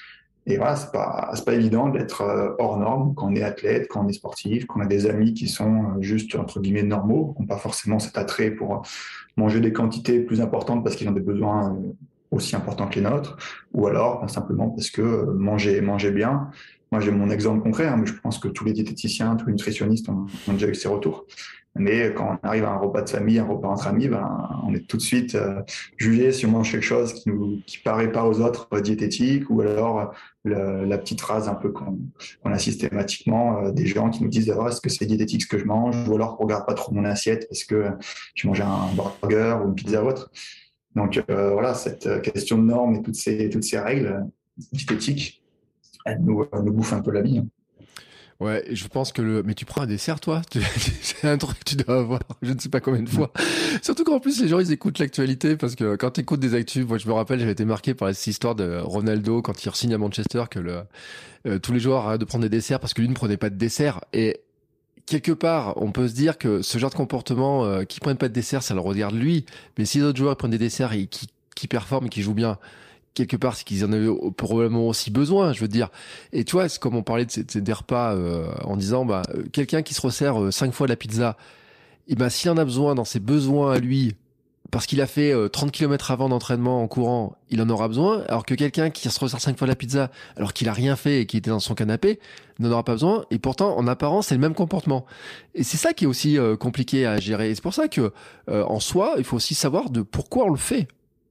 Et voilà, c'est pas évident d'être hors norme quand on est athlète, quand on est sportif, quand on a des amis qui sont juste, entre guillemets, normaux, qui n'ont pas forcément cet attrait pour manger des quantités plus importantes parce qu'ils ont des besoins aussi importants que les nôtres, ou alors simplement parce que manger bien. Moi, j'ai mon exemple concret, hein, mais je pense que tous les diététiciens, tous les nutritionnistes ont déjà eu ces retours. Mais quand on arrive à un repas de famille, un repas entre amis, ben, on est tout de suite jugé si on mange quelque chose qui paraît pas aux autres diététique, ou alors la petite phrase un peu qu'on a systématiquement des gens qui nous disent oh, est-ce que c'est diététique ce que je mange, ou alors regarde pas trop mon assiette, est-ce que je mange un burger ou une pizza ou autre. Donc voilà, cette question de normes et toutes ces règles diététiques, elles nous bouffent un peu la vie. Hein. Ouais, je pense que mais tu prends un dessert, toi? C'est un truc que tu dois avoir, je ne sais pas combien de fois. Surtout qu'en plus, les gens, ils écoutent l'actualité parce que quand tu écoutes des actus, moi, je me rappelle, j'avais été marqué par cette histoire de Ronaldo quand il re-signe à Manchester que tous les joueurs arrêtent de prendre des desserts parce que lui ne prenait pas de dessert. Et quelque part, on peut se dire que ce genre de comportement, qui prennent pas de dessert, ça le regarde lui. Mais si les autres joueurs prennent des desserts et qui performent et qui jouent bien, quelque part, c'est qu'ils en avaient probablement aussi besoin, je veux dire. Et tu vois, c'est comme on parlait des repas en disant, bah, quelqu'un qui se resserre 5 fois la pizza, et ben s'il en a besoin dans ses besoins à lui, parce qu'il a fait 30 km avant d'entraînement en courant, il en aura besoin, alors que quelqu'un qui se resserre 5 fois la pizza, alors qu'il a rien fait et qui était dans son canapé, n'en aura pas besoin. Et pourtant, en apparence, c'est le même comportement. Et c'est ça qui est aussi compliqué à gérer. Et c'est pour ça que, en soi, il faut aussi savoir de pourquoi on le fait.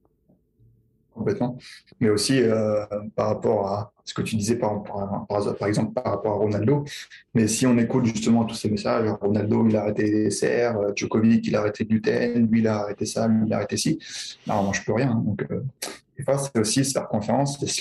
Complètement. Mais aussi par rapport à ce que tu disais, par exemple, par rapport à Ronaldo. Mais si on écoute justement tous ces messages, Ronaldo, il a arrêté les desserts, Djokovic, il a arrêté le gluten, lui, il a arrêté ça, lui, il a arrêté ci. Non, on mange plus rien. Hein. Donc, des fois, c'est aussi se faire confiance, c'est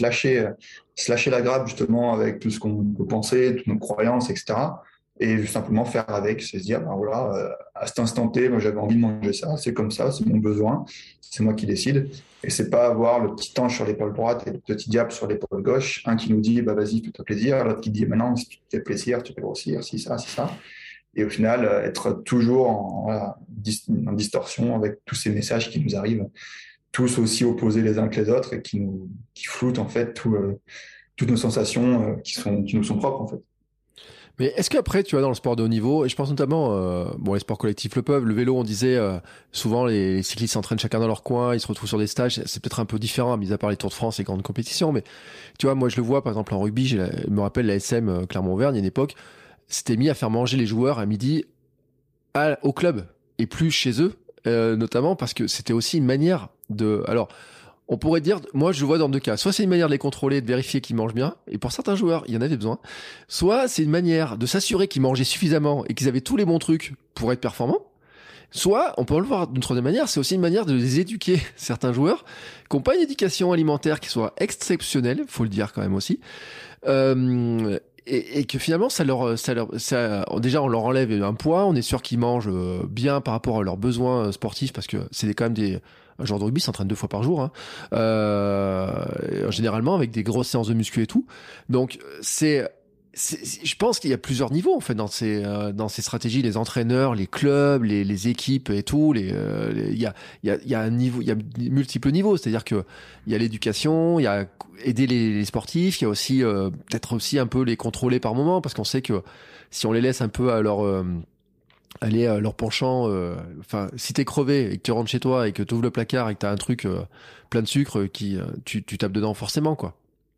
se lâcher la grappe justement avec tout ce qu'on peut penser, toutes nos croyances, etc. Et juste simplement faire avec, c'est se dire, ben voilà, à cet instant T, moi j'avais envie de manger ça, c'est comme ça, c'est mon besoin, c'est moi qui décide. Et c'est pas avoir le petit ange sur l'épaule droite et le petit diable sur l'épaule gauche, un qui nous dit, bah vas-y, fais-toi plaisir, l'autre qui dit, maintenant, si tu te fais plaisir, tu peux grossir, si ça, si ça. et au final être toujours en distorsion avec tous ces messages qui nous arrivent, tous aussi opposés les uns que les autres et qui floutent en fait toutes nos sensations qui nous sont propres en fait. Mais est-ce qu'après, tu vois, dans le sport de haut niveau, et je pense notamment, bon, les sports collectifs le peuvent, le vélo, on disait, souvent les cyclistes s'entraînent chacun dans leur coin, ils se retrouvent sur des stages, c'est peut-être un peu différent, mis à part les Tours de France et grandes compétitions, mais tu vois, moi je le vois, par exemple en rugby, je me rappelle la SM Clermont-Auvergne, il y a une époque, c'était mis à faire manger les joueurs à midi au club, et plus chez eux, notamment parce que c'était aussi une manière de... Alors, on pourrait dire, moi je le vois dans deux cas. Soit c'est une manière de les contrôler, de vérifier qu'ils mangent bien, et pour certains joueurs, il y en avait besoin. Soit c'est une manière de s'assurer qu'ils mangeaient suffisamment et qu'ils avaient tous les bons trucs pour être performants. Soit, on peut le voir d'une troisième manière, c'est aussi une manière de les éduquer, certains joueurs, qui n'ont pas une éducation alimentaire qui soit exceptionnelle, faut le dire quand même aussi, et que finalement, déjà, on leur enlève un poids, on est sûr qu'ils mangent bien par rapport à leurs besoins sportifs, parce que c'est quand même un joueur de rugby s'entraîne 2 fois par jour, hein. Généralement avec des grosses séances de muscu et tout. Donc je pense qu'il y a plusieurs niveaux en fait dans ces stratégies, les entraîneurs, les clubs, les équipes et tout. Il y a un niveau, il y a multiples niveaux. C'est-à-dire que il y a l'éducation, il y a aider les sportifs, il y a aussi peut-être aussi un peu les contrôler par moment, parce qu'on sait que si on les laisse un peu à leur penchant, enfin, si t'es crevé et que tu rentres chez toi et que tu ouvres le placard et que t'as un truc plein de sucre tu tapes dedans forcément, quoi.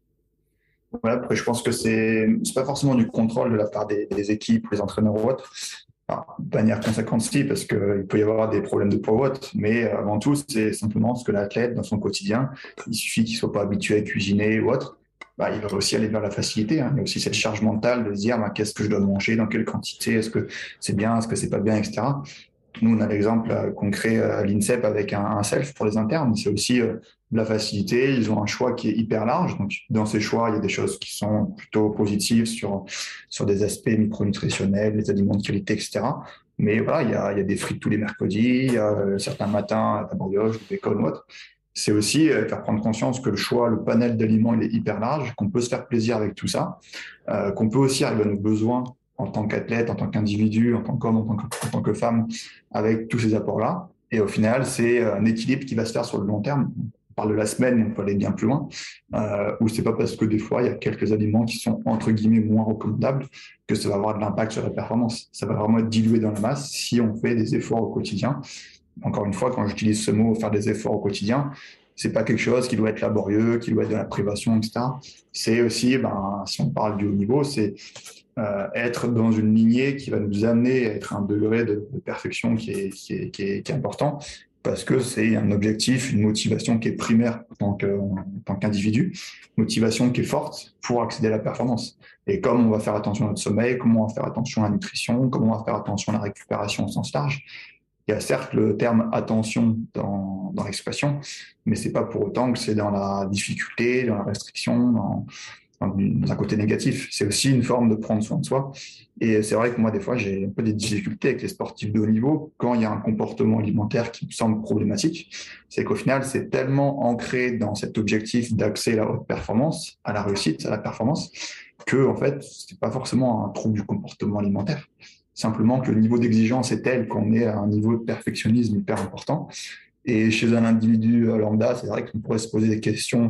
Voilà, après, je pense que c'est pas forcément du contrôle de la part des équipes, les entraîneurs ou autres. Alors, de manière conséquente, si, parce qu'il peut y avoir des problèmes de poids ou autre, mais avant tout, c'est simplement ce que l'athlète, dans son quotidien, il suffit qu'il soit pas habitué à cuisiner ou autre, bah, il va aussi aller vers la facilité, hein. Il y a aussi cette charge mentale de se dire, bah, qu'est-ce que je dois manger, dans quelle quantité, est-ce que c'est bien, est-ce que c'est pas bien, etc. Nous, on a l'exemple concret à l'INSEP avec un self pour les internes. C'est aussi de la facilité. Ils ont un choix qui est hyper large. Donc, dans ces choix, il y a des choses qui sont plutôt positives sur des aspects micronutritionnels, les aliments de qualité, etc. Mais voilà, il y a des frites tous les mercredis, il y a certains matins, la brioche, du bacon ou autre. C'est aussi faire prendre conscience que le choix, le panel d'aliments, il est hyper large, qu'on peut se faire plaisir avec tout ça, qu'on peut aussi arriver à nos besoins en tant qu'athlète, en tant qu'individu, en tant qu'homme, en tant que femme, avec tous ces apports-là. Et au final, c'est un équilibre qui va se faire sur le long terme. On parle de la semaine, mais on peut aller bien plus loin, où c'est pas parce que des fois, il y a quelques aliments qui sont, entre guillemets, moins recommandables que ça va avoir de l'impact sur la performance. Ça va vraiment être dilué dans la masse si on fait des efforts au quotidien. Encore une fois, quand j'utilise ce mot, faire des efforts au quotidien, c'est pas quelque chose qui doit être laborieux, qui doit être de la privation, etc. C'est aussi, si on parle du haut niveau, c'est être dans une lignée qui va nous amener à être à un degré de perfection qui est important, parce que c'est un objectif, une motivation qui est primaire en tant qu'individu, motivation qui est forte pour accéder à la performance. Et comme on va faire attention à notre sommeil, comment on va faire attention à la nutrition, comment on va faire attention à la récupération au sens large, il y a certes le terme attention dans l'expression, mais c'est pas pour autant que c'est dans la difficulté, dans la restriction, dans un côté négatif. C'est aussi une forme de prendre soin de soi. Et c'est vrai que moi, des fois, j'ai un peu des difficultés avec les sportifs de haut niveau quand il y a un comportement alimentaire qui me semble problématique. C'est qu'au final, c'est tellement ancré dans cet objectif d'accès à la haute performance, à la réussite, à la performance, que, en fait, c'est pas forcément un trouble du comportement alimentaire. Simplement que le niveau d'exigence est tel qu'on est à un niveau de perfectionnisme hyper important. Et chez un individu lambda, c'est vrai qu'on pourrait se poser des questions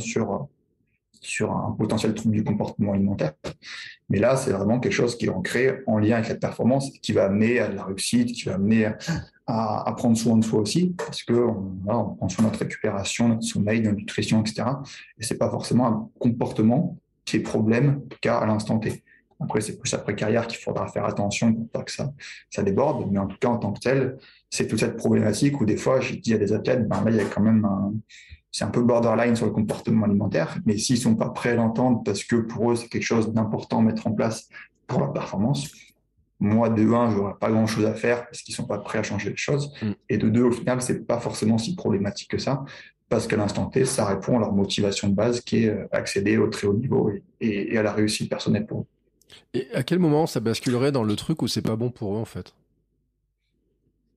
sur un potentiel trouble du comportement alimentaire. Mais là, c'est vraiment quelque chose qui est ancré en lien avec la performance, qui va amener à de la réussite, qui va amener à prendre soin de soi aussi, parce que voilà, on prend soin de notre récupération, notre sommeil, notre nutrition, etc. Et c'est pas forcément un comportement qui est problème qu'à l'instant T. Après, c'est plus après carrière qu'il faudra faire attention pour pas que ça déborde. Mais en tout cas, en tant que tel, c'est toute cette problématique où des fois, je dis à des athlètes, là, il y a quand même c'est un peu borderline sur le comportement alimentaire, mais s'ils sont pas prêts à l'entendre parce que pour eux, c'est quelque chose d'important à mettre en place pour la performance, moi, de un, je n'aurai pas grand-chose à faire parce qu'ils sont pas prêts à changer les choses. Et de deux, au final, c'est pas forcément si problématique que ça, parce qu'à l'instant T, ça répond à leur motivation de base qui est accéder au très haut niveau et à la réussite personnelle pour eux. Et à quel moment ça basculerait dans le truc où c'est pas bon pour eux, en fait?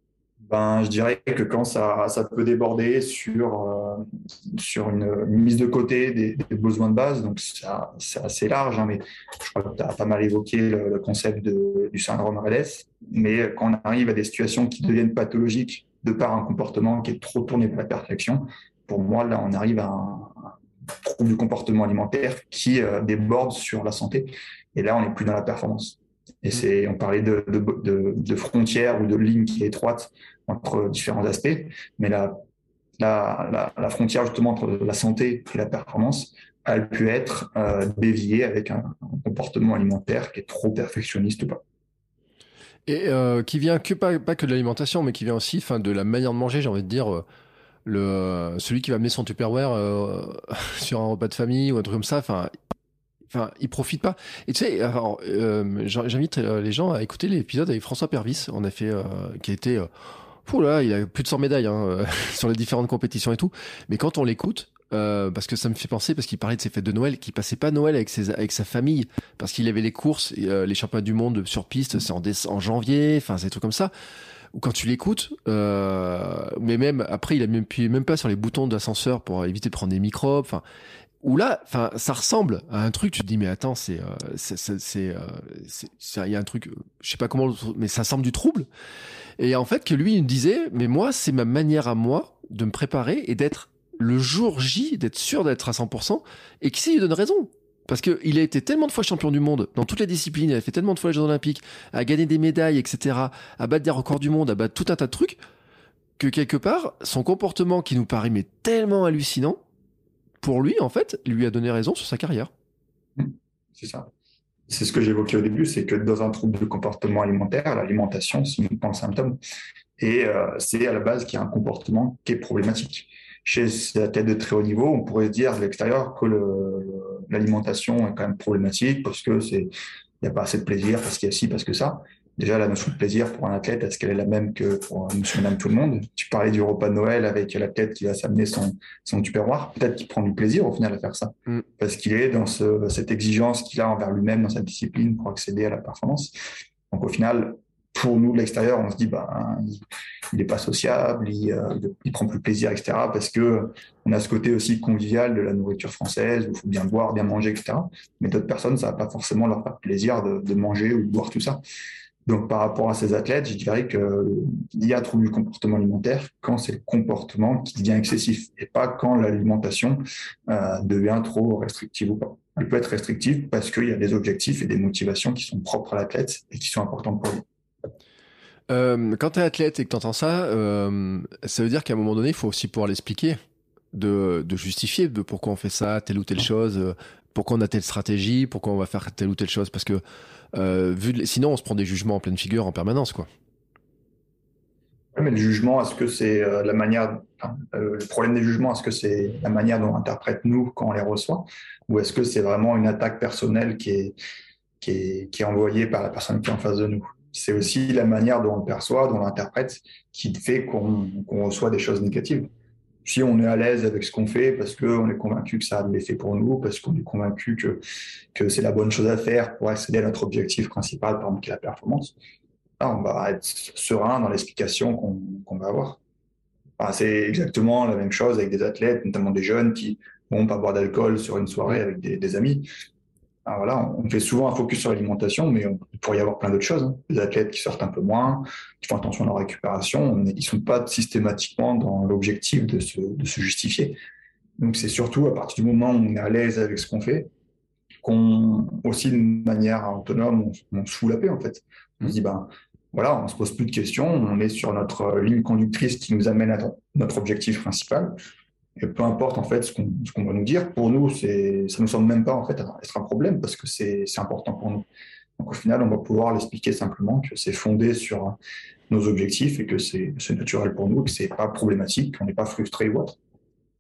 Ben, je dirais que quand ça peut déborder sur une mise de côté des besoins de base, donc c'est assez large, hein, mais je crois que tu as pas mal évoqué le concept du syndrome RLS. Mais quand on arrive à des situations qui deviennent pathologiques de par un comportement qui est trop tourné vers la perfection, pour moi, là, on arrive à un trouble du comportement alimentaire qui déborde sur la santé. Et là, on n'est plus dans la performance. Et on parlait de frontières ou de lignes qui est étroite entre différents aspects, mais la frontière justement entre la santé et la performance, elle peut être déviée avec un comportement alimentaire qui est trop perfectionniste ou pas. Et qui vient pas que de l'alimentation, mais qui vient aussi de la manière de manger, j'ai envie de dire. Celui qui va amener son Tupperware sur un repas de famille ou un truc comme ça, il profite pas. Et tu sais, alors, j'invite les gens à écouter l'épisode avec François Pervis. On a fait, qui a été, là, il a plus de 100 médailles sur les différentes compétitions et tout. Mais quand on l'écoute, parce que ça me fait penser, parce qu'il parlait de ses fêtes de Noël, qu'il passait pas Noël avec sa famille, parce qu'il avait les courses, les championnats du monde sur piste, c'est en janvier, c'est des trucs comme ça. Ou quand tu l'écoutes, mais même après, il appuyé même pas sur les boutons d'ascenseur pour éviter de prendre des microbes. Ou là, ça ressemble à un truc. Tu te dis, mais attends, il y a un truc, je sais pas comment, mais ça semble du trouble. Et en fait, que lui, il me disait, mais moi, c'est ma manière à moi de me préparer et d'être le jour J, d'être sûr d'être à 100%, et qui lui donne raison. Parce qu'il a été tellement de fois champion du monde dans toutes les disciplines, il a fait tellement de fois les Jeux Olympiques, à gagner des médailles, etc., à battre des records du monde, à battre tout un tas de trucs, que quelque part, son comportement qui nous paraît mais tellement hallucinant, pour lui, en fait, lui a donné raison sur sa carrière. C'est ça. C'est ce que j'évoquais au début, c'est que dans un trouble de comportement alimentaire, l'alimentation, c'est uniquement le symptôme. Et c'est à la base qu'il y a un comportement qui est problématique. Chez ces athlètes de très haut niveau, on pourrait se dire de l'extérieur que l'alimentation est quand même problématique parce que il n'y a pas assez de plaisir, parce qu'il y a ci, parce que ça. Déjà, la notion de plaisir pour un athlète, est-ce qu'elle est la même que pour monsieur, madame, tout le monde? Tu parlais du repas de Noël avec l'athlète qui va s'amener son tupperware. Peut-être qu'il prend du plaisir au final à faire ça. Parce qu'il est dans cette exigence qu'il a envers lui-même dans sa discipline pour accéder à la performance. Donc au final, pour nous de l'extérieur, on se dit il n'est pas sociable, il prend plus plaisir, etc. Parce que on a ce côté aussi convivial de la nourriture française où il faut bien boire, bien manger, etc. Mais d'autres personnes, ça va pas forcément leur faire plaisir de manger ou de boire tout ça. Donc par rapport à ces athlètes, je dirais qu'il y a trouble du comportement alimentaire quand c'est le comportement qui devient excessif et pas quand l'alimentation devient trop restrictive ou pas. Elle peut être restrictive parce qu'il y a des objectifs et des motivations qui sont propres à l'athlète et qui sont importantes pour lui. Quand t'es athlète et que t'entends ça, ça veut dire qu'à un moment donné, il faut aussi pouvoir l'expliquer, de justifier de pourquoi on fait ça, telle ou telle chose, pourquoi on a telle stratégie, pourquoi on va faire telle ou telle chose, parce que sinon on se prend des jugements en pleine figure en permanence, quoi. Ouais, mais le jugement, est-ce que c'est la manière, le problème des jugements, est-ce que c'est la manière dont on interprète nous quand on les reçoit, ou est-ce que c'est vraiment une attaque personnelle qui est envoyée par la personne qui est en face de nous? C'est aussi la manière dont on le perçoit, dont on l'interprète, qui fait qu'on reçoit des choses négatives. Si on est à l'aise avec ce qu'on fait parce qu'on est convaincu que ça a de l'effet pour nous, parce qu'on est convaincu que c'est la bonne chose à faire pour accéder à notre objectif principal, par exemple, qui est la performance, là, on va être serein dans l'explication qu'on va avoir. Enfin, c'est exactement la même chose avec des athlètes, notamment des jeunes qui vont pas boire d'alcool sur une soirée avec des amis. Alors voilà, on fait souvent un focus sur l'alimentation, mais il pourrait y avoir plein d'autres choses, hein. Des athlètes qui sortent un peu moins, qui font attention à leur récupération, ils ne sont pas systématiquement dans l'objectif de se justifier. Donc c'est surtout à partir du moment où on est à l'aise avec ce qu'on fait, qu'on aussi d'une manière autonome, on se fout la paix en fait. On se dit, voilà, on se pose plus de questions, on est sur notre ligne conductrice qui nous amène à notre objectif principal. Et peu importe en fait ce qu'on va nous dire, pour nous, ça ne nous semble même pas en fait être un problème parce que c'est important pour nous. Donc au final, on va pouvoir l'expliquer simplement que c'est fondé sur nos objectifs et que c'est naturel pour nous, que c'est pas problématique, qu'on n'est pas frustré ou autre.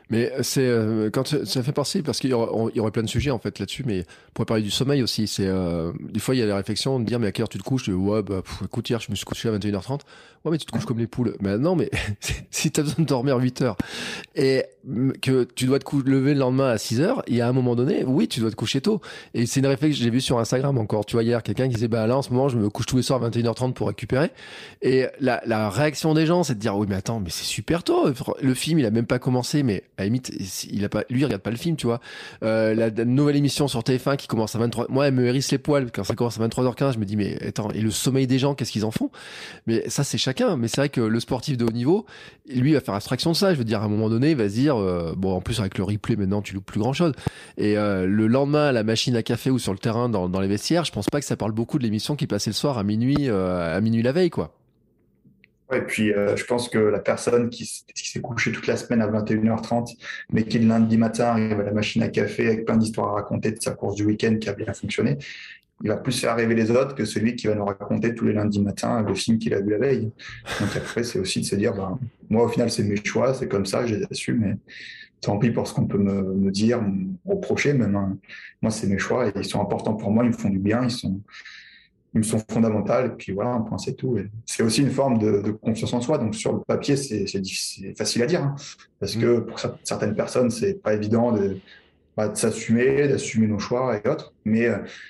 Mais c'est quand ça fait penser parce qu'il y aurait plein de sujets en fait là-dessus, mais on pourrait parler du sommeil aussi. C'est des fois il y a des réflexions de dire mais à quelle heure tu te couches? Ouais bah écoute hier je me suis couché à 21h30. Ouais mais tu te couches comme les poules. Mais non mais si t'as besoin de dormir 8 heures et que tu dois lever le lendemain à 6 heures, il y a un moment donné, oui tu dois te coucher tôt. Et c'est une réflexion que j'ai vue sur Instagram encore. Tu vois hier quelqu'un qui disait bah là en ce moment je me couche tous les soirs à 21h30 pour récupérer. Et la réaction des gens c'est de dire oui mais attends mais c'est super tôt. Le film il a même pas commencé mais à la limite, il a pas, lui, il regarde pas le film, tu vois. La nouvelle émission sur TF1 qui commence à 23, moi, elle me hérisse les poils. Quand ça commence à 23h15, je me dis, mais attends, et le sommeil des gens, qu'est-ce qu'ils en font? Mais ça, c'est chacun. Mais c'est vrai que le sportif de haut niveau, lui, il va faire abstraction de ça. Je veux dire, à un moment donné, il va se dire, bon, en plus, avec le replay, maintenant, tu loupes plus grand chose. Et, le lendemain, à la machine à café ou sur le terrain, dans les vestiaires, je pense pas que ça parle beaucoup de l'émission qui passait le soir à minuit la veille, quoi. Ouais, et puis je pense que la personne qui s'est couchée toute la semaine à 21h30, mais qui le lundi matin arrive à la machine à café avec plein d'histoires à raconter de sa course du week-end qui a bien fonctionné, il va plus faire rêver les autres que celui qui va nous raconter tous les lundis matins le film qu'il a vu la veille. Donc après, c'est aussi de se dire, ben, moi au final, c'est mes choix, c'est comme ça, je les assume, mais tant pis pour ce qu'on peut me dire, me reprocher même, hein. Moi, c'est mes choix et ils sont importants pour moi, ils me font du bien, ils me sont fondamentales, et puis voilà, un point, c'est tout. Et c'est aussi une forme de confiance en soi. Donc, sur le papier, c'est facile à dire, hein, parce Mm. que pour certaines personnes, c'est pas évident de s'assumer, d'assumer nos choix et autres. Mais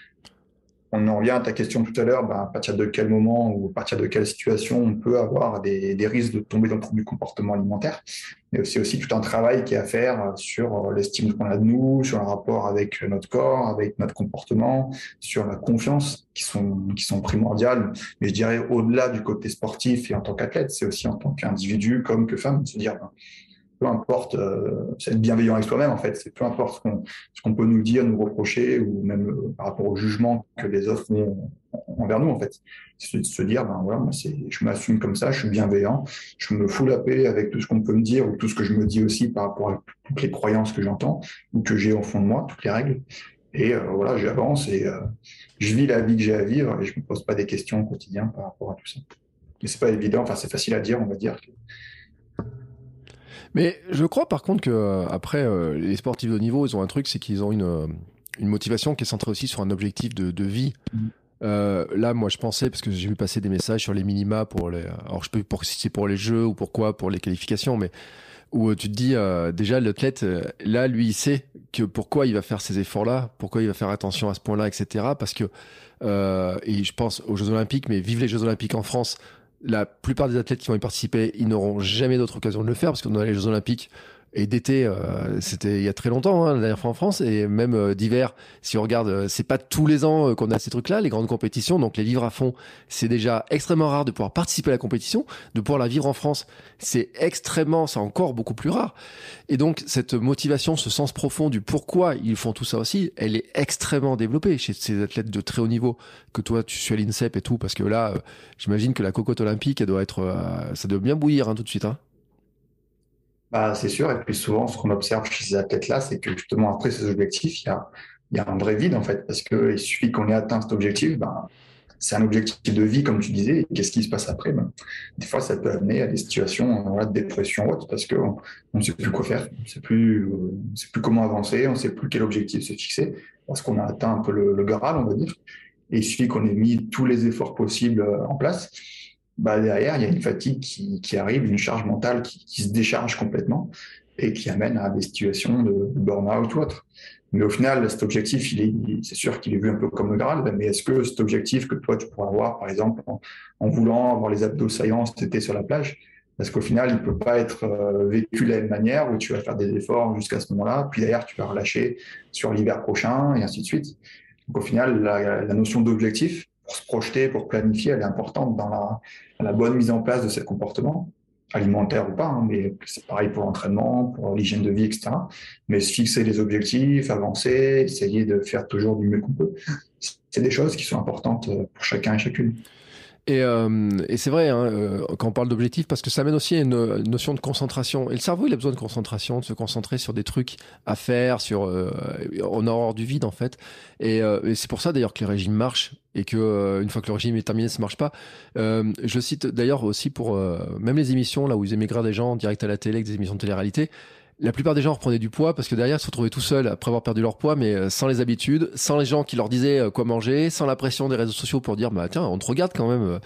on en revient à ta question tout à l'heure, bah, à partir de quel moment ou à partir de quelle situation on peut avoir des risques de tomber dans le trouble du comportement alimentaire. Mais c'est aussi tout un travail qui est à faire sur l'estime qu'on a de nous, sur le rapport avec notre corps, avec notre comportement, sur la confiance qui sont primordiales. Mais je dirais au-delà du côté sportif et en tant qu'athlète, c'est aussi en tant qu'individu comme que femme, de se dire, ben, peu importe, c'est être bienveillant avec soi-même en fait, c'est peu importe ce qu'on peut nous dire, nous reprocher ou même par rapport au jugement que les autres font envers nous en fait. C'est de se dire, ben voilà, moi je m'assume comme ça, je suis bienveillant, je me fous la paix avec tout ce qu'on peut me dire ou tout ce que je me dis aussi par rapport à toutes les croyances que j'entends ou que j'ai au fond de moi, toutes les règles. Et voilà, j'avance et je vis la vie que j'ai à vivre et je me pose pas des questions au quotidien par rapport à tout ça. Mais c'est pas évident, enfin c'est facile à dire, on va dire. Mais je crois par contre que après les sportifs de haut niveau, ils ont un truc, c'est qu'ils ont une motivation qui est centrée aussi sur un objectif de vie. Là, moi, je pensais parce que j'ai vu passer des messages sur les minima pour les. Alors, je peux pour si c'est pour les jeux ou pourquoi pour les qualifications, mais où tu te dis déjà l'athlète là, lui, il sait que pourquoi il va faire ces efforts-là, pourquoi il va faire attention à ce point-là, etc. Parce que et je pense aux Jeux Olympiques, mais vive les Jeux Olympiques en France. La plupart des athlètes qui vont y participer, ils n'auront jamais d'autre occasion de le faire parce qu'on a les Jeux Olympiques et d'été, c'était il y a très longtemps, hein, la dernière fois en France, et même d'hiver, si on regarde, c'est pas tous les ans qu'on a ces trucs-là, les grandes compétitions, donc les vivre à fond, c'est déjà extrêmement rare de pouvoir participer à la compétition, de pouvoir la vivre en France, c'est encore beaucoup plus rare. Et donc cette motivation, ce sens profond du pourquoi ils font tout ça aussi, elle est extrêmement développée chez ces athlètes de très haut niveau, que toi tu suis à l'INSEP et tout, parce que là, j'imagine que la cocotte olympique, elle doit être, ça doit bien bouillir hein, tout de suite. Hein. Bah, c'est sûr. Et puis souvent, ce qu'on observe chez ces athlètes-là, c'est que justement, après ces objectifs, il y a un vrai vide, en fait, parce qu'il suffit qu'on ait atteint cet objectif, ben, c'est un objectif de vie, comme tu disais, et qu'est-ce qui se passe après? Ben, des fois, ça peut amener à des situations voilà, de dépression haute, parce qu'on ne sait plus quoi faire, on sait plus comment avancer, on ne sait plus quel objectif se fixer, parce qu'on a atteint un peu le Graal, on va dire. Et il suffit qu'on ait mis tous les efforts possibles en place, bah derrière, il y a une fatigue qui arrive, une charge mentale qui se décharge complètement et qui amène à des situations de burn-out ou autre. Mais au final, cet objectif, c'est sûr qu'il est vu un peu comme le Graal, mais est-ce que cet objectif que toi, tu pourrais avoir, par exemple, en voulant avoir les abdos saillants cet été sur la plage, parce qu'au final, il ne peut pas être vécu de la même manière où tu vas faire des efforts jusqu'à ce moment-là, puis derrière, tu vas relâcher sur l'hiver prochain et ainsi de suite. Donc au final, la notion d'objectif, pour se projeter, pour planifier, elle est importante dans la bonne mise en place de ces comportements, alimentaires ou pas, hein, mais c'est pareil pour l'entraînement, pour l'hygiène de vie, etc. Mais se fixer des objectifs, avancer, essayer de faire toujours du mieux qu'on peut, c'est des choses qui sont importantes pour chacun et chacune. Et c'est vrai, hein, quand on parle d'objectif, parce que ça mène aussi à une notion de concentration. Et le cerveau, il a besoin de concentration, de se concentrer sur des trucs à faire, on a horreur du vide en fait. Et c'est pour ça d'ailleurs que les régimes marchent et que une fois que le régime est terminé, ça marche pas. Je cite d'ailleurs aussi pour même les émissions là où ils émigrent des gens en direct à la télé, avec des émissions de télé-réalité. la plupart des gens reprenaient du poids parce que derrière, ils se retrouvaient tout seuls après avoir perdu leur poids, mais sans les habitudes, sans les gens qui leur disaient quoi manger, sans la pression des réseaux sociaux pour dire, bah tiens, on te regarde quand même.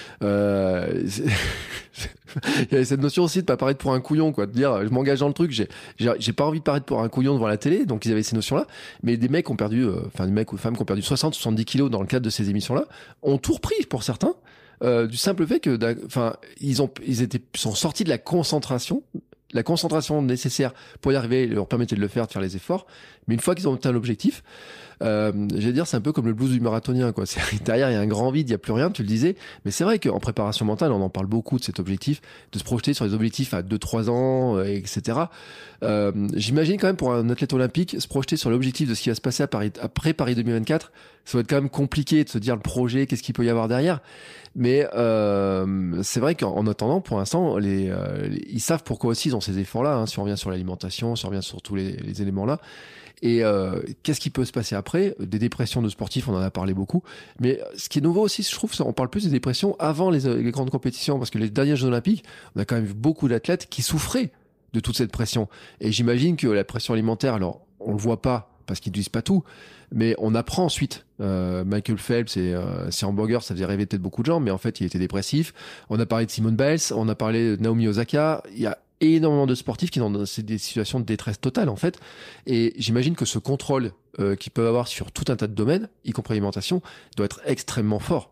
Il y avait cette notion aussi de pas paraître pour un couillon, quoi, de dire, je m'engage dans le truc, j'ai pas envie de paraître pour un couillon devant la télé, donc ils avaient ces notions-là. Mais des mecs ont perdu, des mecs ou des femmes qui ont perdu 60, 70 kilos dans le cadre de ces émissions-là, ont tout repris pour certains. Du simple fait que, ils sont sortis de la concentration nécessaire pour y arriver leur permettait de le faire, de faire les efforts. Mais une fois qu'ils ont atteint l'objectif, j'allais dire, c'est un peu comme le blues du marathonien, quoi. Derrière, il y a un grand vide, il n'y a plus rien, tu le disais. Mais c'est vrai qu'en préparation mentale, on en parle beaucoup de cet objectif, de se projeter sur les objectifs à 2-3 ans, etc. J'imagine quand même pour un athlète olympique, se projeter sur l'objectif de ce qui va se passer après Paris 2024, ça va être quand même compliqué de se dire le projet, qu'est-ce qu'il peut y avoir derrière. Mais c'est vrai qu'en attendant, pour l'instant, ils savent pourquoi aussi ils ont ces efforts-là. Hein, si on revient sur l'alimentation, si on revient sur tous les éléments-là. Et qu'est-ce qui peut se passer après? Des dépressions de sportifs, on en a parlé beaucoup. Mais ce qui est nouveau aussi, je trouve, on parle plus des dépressions avant les grandes compétitions, parce que les derniers Jeux Olympiques, on a quand même vu beaucoup d'athlètes qui souffraient de toute cette pression. Et j'imagine que la pression alimentaire, alors on le voit pas parce qu'ils ne disent pas tout, mais on apprend ensuite. Michael Phelps, ses hamburgers, ça faisait rêver peut-être beaucoup de gens, mais en fait, il était dépressif. On a parlé de Simone Biles, on a parlé de Naomi Osaka. Il y a énormément de sportifs qui sont dans des situations de détresse totale, en fait. Et j'imagine que ce contrôle qu'ils peuvent avoir sur tout un tas de domaines, y compris l'alimentation, doit être extrêmement fort.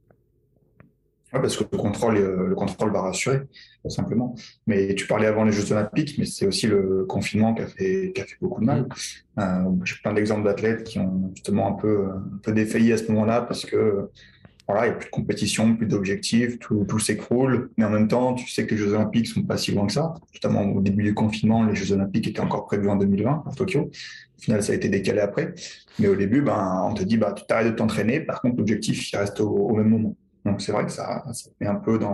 Ouais, parce que le contrôle va rassurer, tout simplement. Mais tu parlais avant les Jeux Olympiques, mais c'est aussi le confinement qui a fait beaucoup de mal. J'ai plein d'exemples d'athlètes qui ont justement un peu défailli à ce moment-là parce que voilà, il n'y a plus de compétition, plus d'objectifs, tout s'écroule. Mais en même temps, tu sais que les Jeux Olympiques sont pas si loin que ça. Justement, au début du confinement, les Jeux Olympiques étaient encore prévus en 2020 à Tokyo. Au final, ça a été décalé après. Mais au début, on te dit, tu t'arrêtes de t'entraîner. Par contre, l'objectif, il reste au même moment. Donc, c'est vrai que ça te met un peu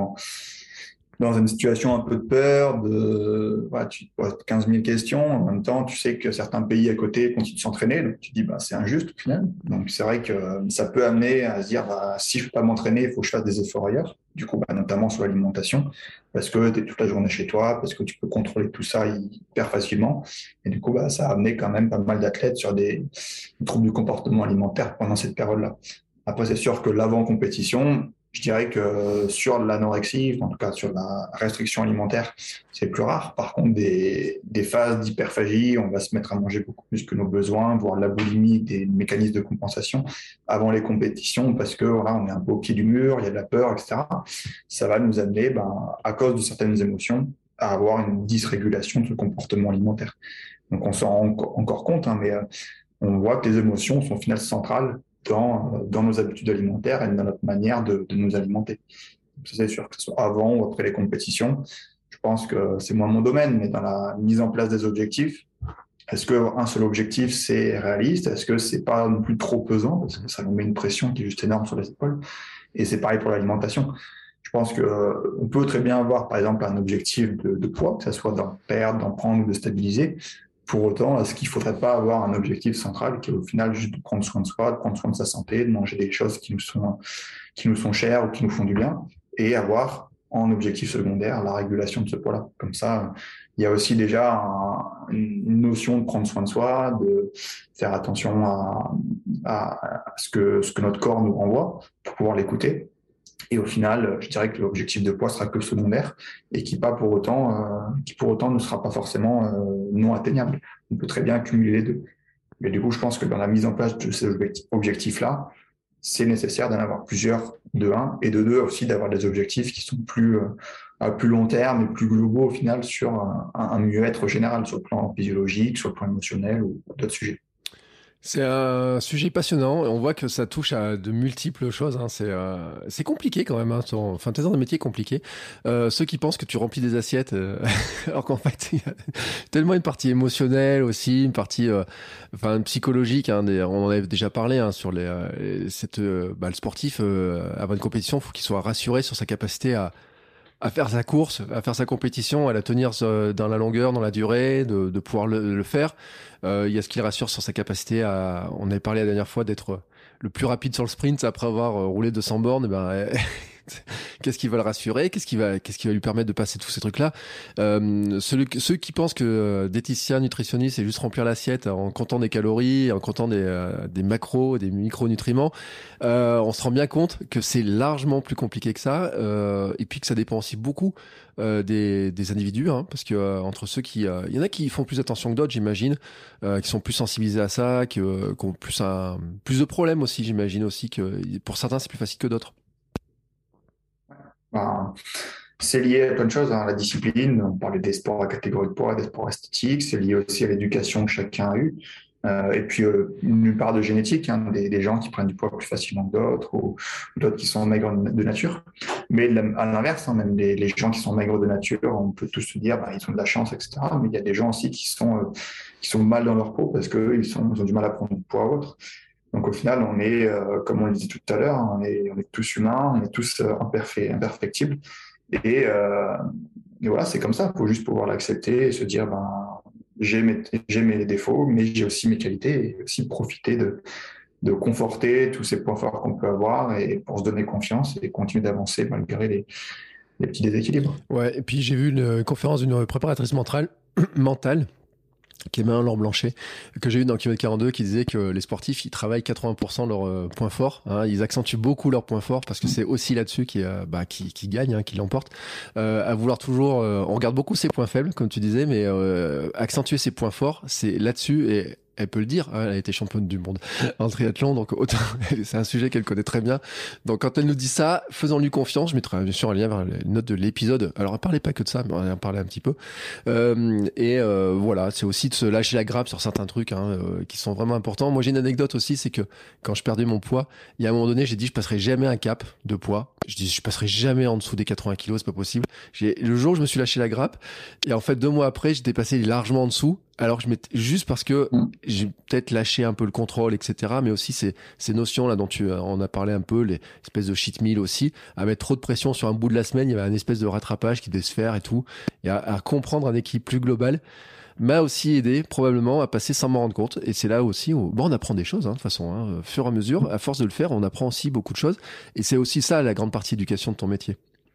dans une situation un peu de peur, voilà, tu te poses 15 000 questions. En même temps, tu sais que certains pays à côté continuent de s'entraîner. Donc, tu te dis, c'est injuste au final. Donc, c'est vrai que ça peut amener à se dire, si je ne peux pas m'entraîner, il faut que je fasse des efforts ailleurs. Du coup, notamment sur l'alimentation, parce que tu es toute la journée chez toi, parce que tu peux contrôler tout ça hyper facilement. Et du coup, ça a amené quand même pas mal d'athlètes sur des troubles du comportement alimentaire pendant cette période-là. Après, c'est sûr que l'avant-compétition, je dirais que sur l'anorexie, en tout cas sur la restriction alimentaire, c'est plus rare. Par contre, des phases d'hyperphagie, on va se mettre à manger beaucoup plus que nos besoins, voire la boulimie, des mécanismes de compensation avant les compétitions, parce que voilà, on est un peu au pied du mur, il y a de la peur, etc. Ça va nous amener, à cause de certaines émotions, à avoir une dysrégulation de ce comportement alimentaire. Donc on s'en rend encore compte, mais on voit que les émotions sont au final centrales dans nos habitudes alimentaires et dans notre manière de nous alimenter. Ça, c'est sûr que ce soit avant ou après les compétitions. Je pense que c'est moins mon domaine, mais dans la mise en place des objectifs, est-ce qu'un seul objectif, c'est réaliste? Est-ce que c'est pas non plus trop pesant? Parce que ça nous met une pression qui est juste énorme sur les épaules. Et c'est pareil pour l'alimentation. Je pense qu'on peut très bien avoir, par exemple, un objectif de poids, que ce soit d'en perdre, d'en prendre ou de stabiliser. Pour autant, est-ce qu'il ne faudrait pas avoir un objectif central qui est au final juste de prendre soin de soi, de prendre soin de sa santé, de manger des choses qui nous sont chères ou qui nous font du bien, et avoir en objectif secondaire la régulation de ce poids-là. Comme ça, il y a aussi déjà une notion de prendre soin de soi, de faire attention à ce que notre corps nous renvoie pour pouvoir l'écouter. Et au final, je dirais que l'objectif de poids sera que secondaire et qui pour autant ne sera pas forcément non atteignable. On peut très bien cumuler les deux. Mais du coup, je pense que dans la mise en place de ces objectifs-là, c'est nécessaire d'en avoir plusieurs, de un, et de deux aussi d'avoir des objectifs qui sont plus à plus long terme et plus globaux au final sur un mieux-être général, sur le plan physiologique, sur le plan émotionnel ou d'autres sujets. C'est un sujet passionnant. On voit que ça touche à de multiples choses. Hein. C'est compliqué quand même. Hein. Enfin, t'es dans un métier compliqué. Ceux qui pensent que tu remplis des assiettes, alors qu'en fait, il y a tellement une partie émotionnelle aussi, une partie, psychologique. Hein, on en avait déjà parlé hein, sur le sportif avant une compétition, il faut qu'il soit rassuré sur sa capacité à faire sa course, à faire sa compétition, à la tenir dans la longueur, dans la durée, de pouvoir le faire. Il y a ce qui le rassure sur sa capacité on avait parlé la dernière fois d'être le plus rapide sur le sprint après avoir roulé 200 bornes. Qu'est-ce qui va le rassurer? Qu'est-ce qui va lui permettre de passer tous ces trucs-là? Ceux qui pensent que diététicien, nutritionniste, c'est juste remplir l'assiette en comptant des calories, en comptant des macros, des micronutriments, on se rend bien compte que c'est largement plus compliqué que ça, et puis que ça dépend aussi beaucoup des individus, hein, parce que entre ceux qui, il y en a qui font plus attention que d'autres, j'imagine, qui sont plus sensibilisés à ça, qui ont plus de problèmes aussi, j'imagine aussi que pour certains c'est plus facile que d'autres. Ben, c'est lié à plein de choses, hein, la discipline. On parlait des sports à catégorie de poids, des sports esthétiques. C'est lié aussi à l'éducation que chacun a eue. Et puis, une part de génétique, hein, des gens qui prennent du poids plus facilement que d'autres ou d'autres qui sont maigres de nature. Mais à l'inverse, hein, même les gens qui sont maigres de nature, on peut tous se dire, bah, ils ont de la chance, etc. Mais il y a des gens aussi qui sont mal dans leur peau parce qu'ils ont du mal à prendre du poids ou autre. Donc au final, on est, comme on le disait tout à l'heure, on est tous humains, on est tous imperfectibles. Et, euh, et voilà, c'est comme ça. Il faut juste pouvoir l'accepter et se dire, ben, j'ai mes défauts, mais j'ai aussi mes qualités et aussi profiter de conforter tous ces points forts qu'on peut avoir et pour se donner confiance et continuer d'avancer malgré les petits déséquilibres. Ouais, et puis j'ai vu une conférence d'une préparatrice mentale qui est Laure Blanchet, que j'ai eu dans Kilomètre 42, qui disait que les sportifs, ils travaillent 80% leurs points forts. Hein, ils accentuent beaucoup leurs points forts parce que c'est aussi là-dessus qui gagne, hein, qui l'emporte. À vouloir toujours, on regarde beaucoup ses points faibles, comme tu disais, mais accentuer ses points forts, c'est là-dessus. Et elle peut le dire, hein, elle a été championne du monde en triathlon, donc autant, c'est un sujet qu'elle connaît très bien. Donc quand elle nous dit ça, faisons-lui confiance. Je mettrai bien sûr un lien vers les notes de l'épisode. Alors elle parlait pas que de ça, mais on en parlait un petit peu. Voilà, c'est aussi de se lâcher la grappe sur certains trucs, hein, qui sont vraiment importants. Moi j'ai une anecdote aussi, c'est que quand je perdais mon poids, il y a un moment donné, j'ai dit je passerai jamais un cap de poids. Je dis je passerai jamais en dessous des 80 kilos, c'est pas possible. Le jour où je me suis lâché la grappe, et en fait 2 mois après, j'étais passé largement en dessous. Alors juste parce que j'ai peut-être lâché un peu le contrôle, etc. Mais aussi ces notions là dont tu en as parlé un peu, les espèces de cheat meal aussi, à mettre trop de pression sur un bout de la semaine, il y avait un espèce de rattrapage qui devait se faire et tout, et à comprendre un équilibre plus global m'a aussi aidé probablement à passer sans m'en rendre compte. Et c'est là aussi où on apprend des choses, hein, de toute façon, hein, au fur et à mesure, à force de le faire, on apprend aussi beaucoup de choses. Et c'est aussi ça la grande partie d'éducation de ton métier.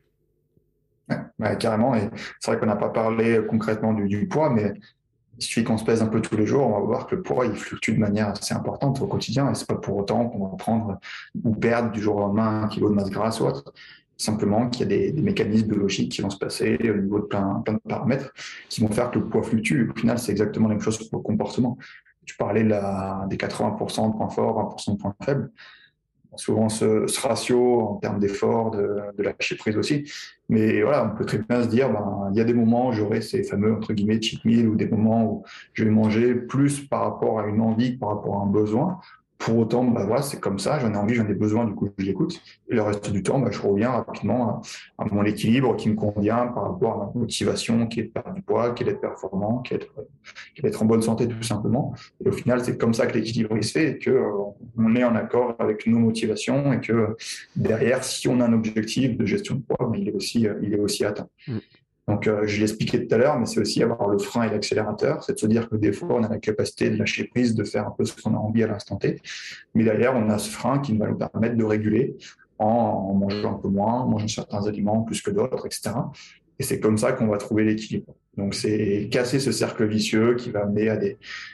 Ouais, carrément. Et c'est vrai qu'on n'a pas parlé concrètement du poids, mais il suffit qu'on se pèse un peu tous les jours, on va voir que le poids, il fluctue de manière assez importante au quotidien. Et c'est pas pour autant qu'on va prendre ou perdre du jour au lendemain 1 kilo de masse grasse ou autre. Simplement qu'il y a des mécanismes biologiques qui vont se passer au niveau de plein de paramètres qui vont faire que le poids fluctue. Au final, c'est exactement la même chose pour le comportement. Tu parlais des 80% de points forts, 20% de points faibles. Souvent ce ratio en termes d'effort, de lâcher prise aussi. Mais voilà, on peut très bien se dire, ben, il y a des moments où j'aurai ces fameux, entre guillemets, cheat meal ou des moments où je vais manger plus par rapport à une envie que par rapport à un besoin. Pour autant, bah voilà, c'est comme ça, j'en ai envie, j'en ai besoin, du coup, je l'écoute. Et le reste du temps, bah, je reviens rapidement à mon équilibre qui me convient par rapport à ma motivation qui est de perdre du poids, qui est d'être performant, qui est d'être en bonne santé tout simplement. Et au final, c'est comme ça que l'équilibre il se fait et que on est en accord avec nos motivations et que derrière, si on a un objectif de gestion de poids, bah, il est aussi atteint. Donc, je l'expliquais tout à l'heure, mais c'est aussi avoir le frein et l'accélérateur. C'est de se dire que des fois, on a la capacité de lâcher prise, de faire un peu ce qu'on a envie à l'instant T. Mais derrière, on a ce frein qui va nous permettre de réguler en mangeant un peu moins, en mangeant certains aliments plus que d'autres, etc. Et c'est comme ça qu'on va trouver l'équilibre. Donc, c'est casser ce cercle vicieux qui va amener à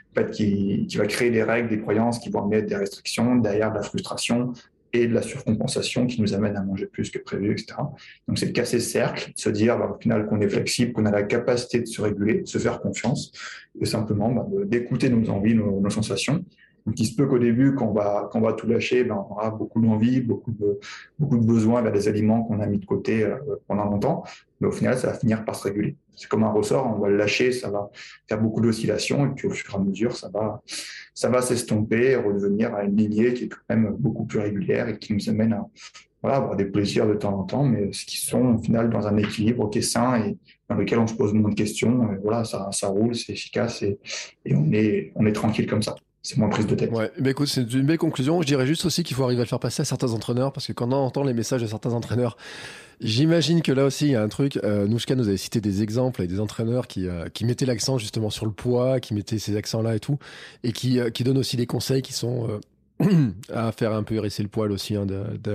qui va créer des règles, des croyances qui vont amener à des restrictions, derrière de la frustration, et de la surcompensation qui nous amène à manger plus que prévu, etc. Donc, c'est de casser ce cercle, de se dire bah, au final qu'on est flexible, qu'on a la capacité de se réguler, de se faire confiance, et simplement bah, d'écouter nos envies, nos sensations. Donc, il se peut qu'au début, quand on va tout lâcher, ben, on aura beaucoup d'envie, beaucoup de besoins vers des aliments qu'on a mis de côté pendant longtemps. Mais au final, ça va finir par se réguler. C'est comme un ressort, on va le lâcher, ça va faire beaucoup d'oscillations, et puis au fur et à mesure, ça va s'estomper, redevenir à une lignée qui est quand même beaucoup plus régulière et qui nous amène à voilà, avoir des plaisirs de temps en temps, mais ce qui sont au final dans un équilibre qui est sain et dans lequel on se pose moins de questions. Et voilà, ça roule, c'est efficace et on est tranquille comme ça. C'est moins prise de tête. Ouais, bah écoute, c'est une belle conclusion. Je dirais juste aussi qu'il faut arriver à le faire passer à certains entraîneurs, parce que quand on entend les messages de certains entraîneurs, j'imagine que là aussi il y a un truc. Nouchka nous avait cité des exemples avec des entraîneurs qui mettaient l'accent justement sur le poids, qui mettaient ces accents-là et tout, et qui donnent aussi des conseils qui sont à faire un peu hérisser le poil aussi hein,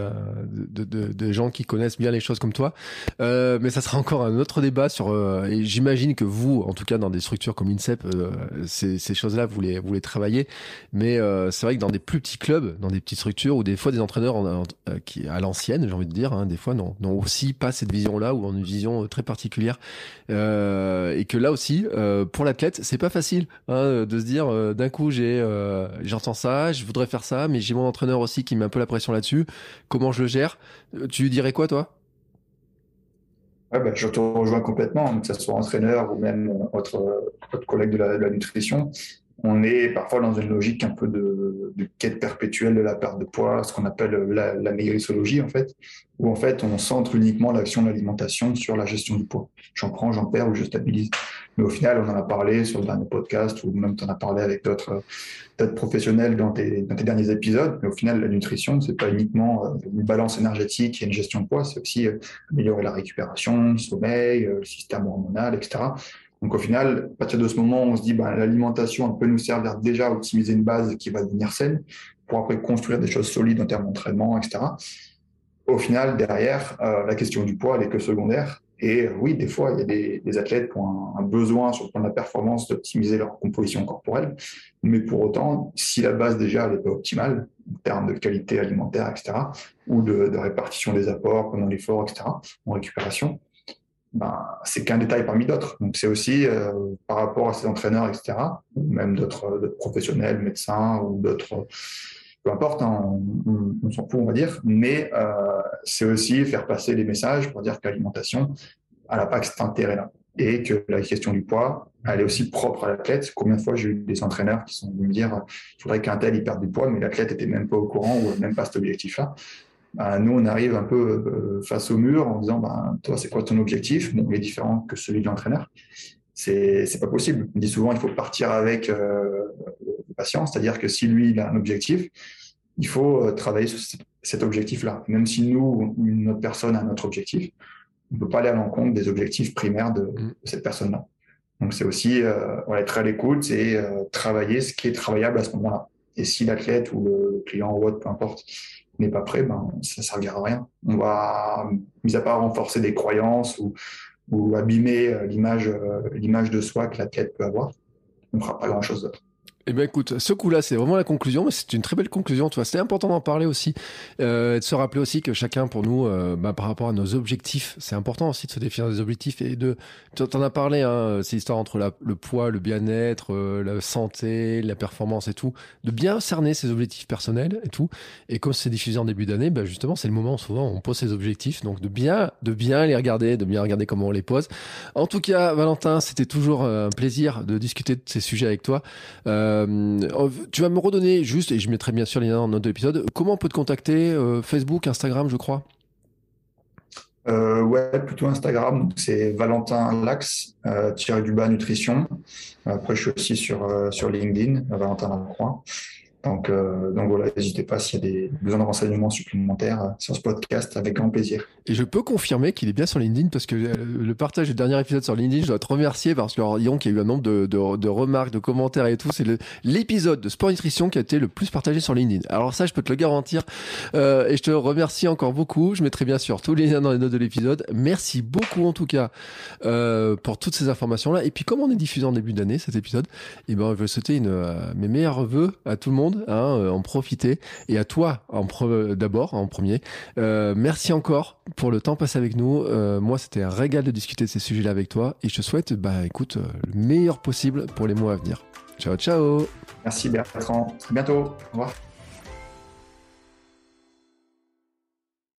de gens qui connaissent bien les choses comme toi. Mais ça sera encore un autre débat sur. Et j'imagine que vous, en tout cas dans des structures comme l'INSEP, ces choses-là, vous les travaillez. Mais c'est vrai que dans des plus petits clubs, dans des petites structures, où des fois des entraîneurs qui à l'ancienne, j'ai envie de dire, hein, des fois n'ont aussi pas cette vision-là ou ont une vision très particulière. Et que là aussi, pour l'athlète, c'est pas facile hein, de se dire d'un coup j'entends ça, je voudrais faire ça, mais j'ai mon entraîneur aussi qui met un peu la pression là-dessus. Comment je le gère? Tu dirais quoi, toi? Ouais, bah, je te rejoins complètement, que ce soit entraîneur ou même autre collègue de la nutrition. On est parfois dans une logique un peu de quête perpétuelle de la perte de poids, ce qu'on appelle la maigrisologie, en fait, où en fait on centre uniquement l'action de l'alimentation sur la gestion du poids. J'en prends, j'en perds ou je stabilise. Mais au final, on en a parlé sur le dernier podcast ou même tu en as parlé avec d'autres professionnels dans tes derniers épisodes. Mais au final, la nutrition, c'est pas uniquement une balance énergétique et une gestion de poids, c'est aussi améliorer la récupération, le sommeil, le système hormonal, etc. Donc au final, à partir de ce moment, on se dit l'alimentation elle peut nous servir déjà à optimiser une base qui va devenir saine pour après construire des choses solides en termes d'entraînement, etc. Au final, derrière, la question du poids, elle est que secondaire. Et oui, des fois, il y a des athlètes qui ont un besoin sur le plan de la performance d'optimiser leur composition corporelle. Mais pour autant, si la base déjà n'est pas optimale, en termes de qualité alimentaire, etc., ou de répartition des apports pendant l'effort, etc., en récupération, c'est qu'un détail parmi d'autres. Donc, c'est aussi par rapport à ces entraîneurs, etc., ou même d'autres professionnels, médecins ou d'autres, peu importe, hein, on s'en fout, on va dire, mais c'est aussi faire passer des messages pour dire que l'alimentation, elle n'a pas que cet intérêt-là. Et que la question du poids, elle est aussi propre à l'athlète. Combien de fois j'ai eu des entraîneurs qui sont venus me dire il faudrait qu'un tel il perde du poids, mais l'athlète n'était même pas au courant ou même pas cet objectif-là. Nous, on arrive un peu face au mur en disant toi, c'est quoi ton objectif? Bon, il est différent que celui de l'entraîneur. C'est pas possible. On dit souvent il faut partir avec le patient, c'est-à-dire que si lui il a un objectif, il faut travailler sur cet objectif-là. Même si nous, une autre personne a un autre objectif, on ne peut pas aller à l'encontre des objectifs primaires de cette personne-là. Donc c'est aussi être à l'écoute et travailler ce qui est travaillable à ce moment-là. Et si l'athlète ou le client ou autre, peu importe, n'est pas prêt, ça ne servira à rien. On va, mis à part renforcer des croyances ou abîmer l'image de soi que l'athlète peut avoir, on ne fera pas grand-chose d'autre. Eh bien écoute, ce coup-là, c'est vraiment la conclusion, mais c'est une très belle conclusion, tu vois. C'est important d'en parler aussi, de se rappeler aussi que chacun, pour nous, par rapport à nos objectifs, c'est important aussi de se définir des objectifs et t'en as parlé, hein, c'est l'histoire entre le poids, le bien-être, la santé, la performance et tout, de bien cerner ses objectifs personnels et tout. Et comme c'est diffusé en début d'année, justement, c'est le moment souvent où on pose ses objectifs, donc de bien les regarder, de bien regarder comment on les pose. En tout cas, Valentin, c'était toujours un plaisir de discuter de ces sujets avec toi. Tu vas me redonner juste, et je mettrai bien sûr les liens dans notre épisode, comment on peut te contacter? Facebook, Instagram, je crois. Ouais, plutôt Instagram. Donc c'est Valentin Lax, _du nutrition. Après, je suis aussi sur LinkedIn, Valentin Lacroix. Donc voilà, n'hésitez pas s'il y a des besoins de renseignements supplémentaires sur ce podcast, avec grand plaisir. Et je peux confirmer qu'il est bien sur LinkedIn parce que le partage du dernier épisode sur LinkedIn, je dois te remercier parce que Lyon qui a eu un nombre de remarques, de commentaires et tout, c'est l'épisode de Sport Nutrition qui a été le plus partagé sur LinkedIn. Alors ça, je peux te le garantir et je te remercie encore beaucoup. Je mettrai bien sûr tous les liens dans les notes de l'épisode. Merci beaucoup en tout cas pour toutes ces informations-là. Et puis comme on est diffusé en début d'année cet épisode, je veux souhaiter mes meilleurs vœux à tout le monde. En profiter et à toi d'abord en premier. Merci encore pour le temps passé avec nous. Moi, c'était un régal de discuter de ces sujets-là avec toi et je te souhaite, écoute, le meilleur possible pour les mois à venir. Ciao, ciao. Merci Bertrand. À bientôt. Au revoir.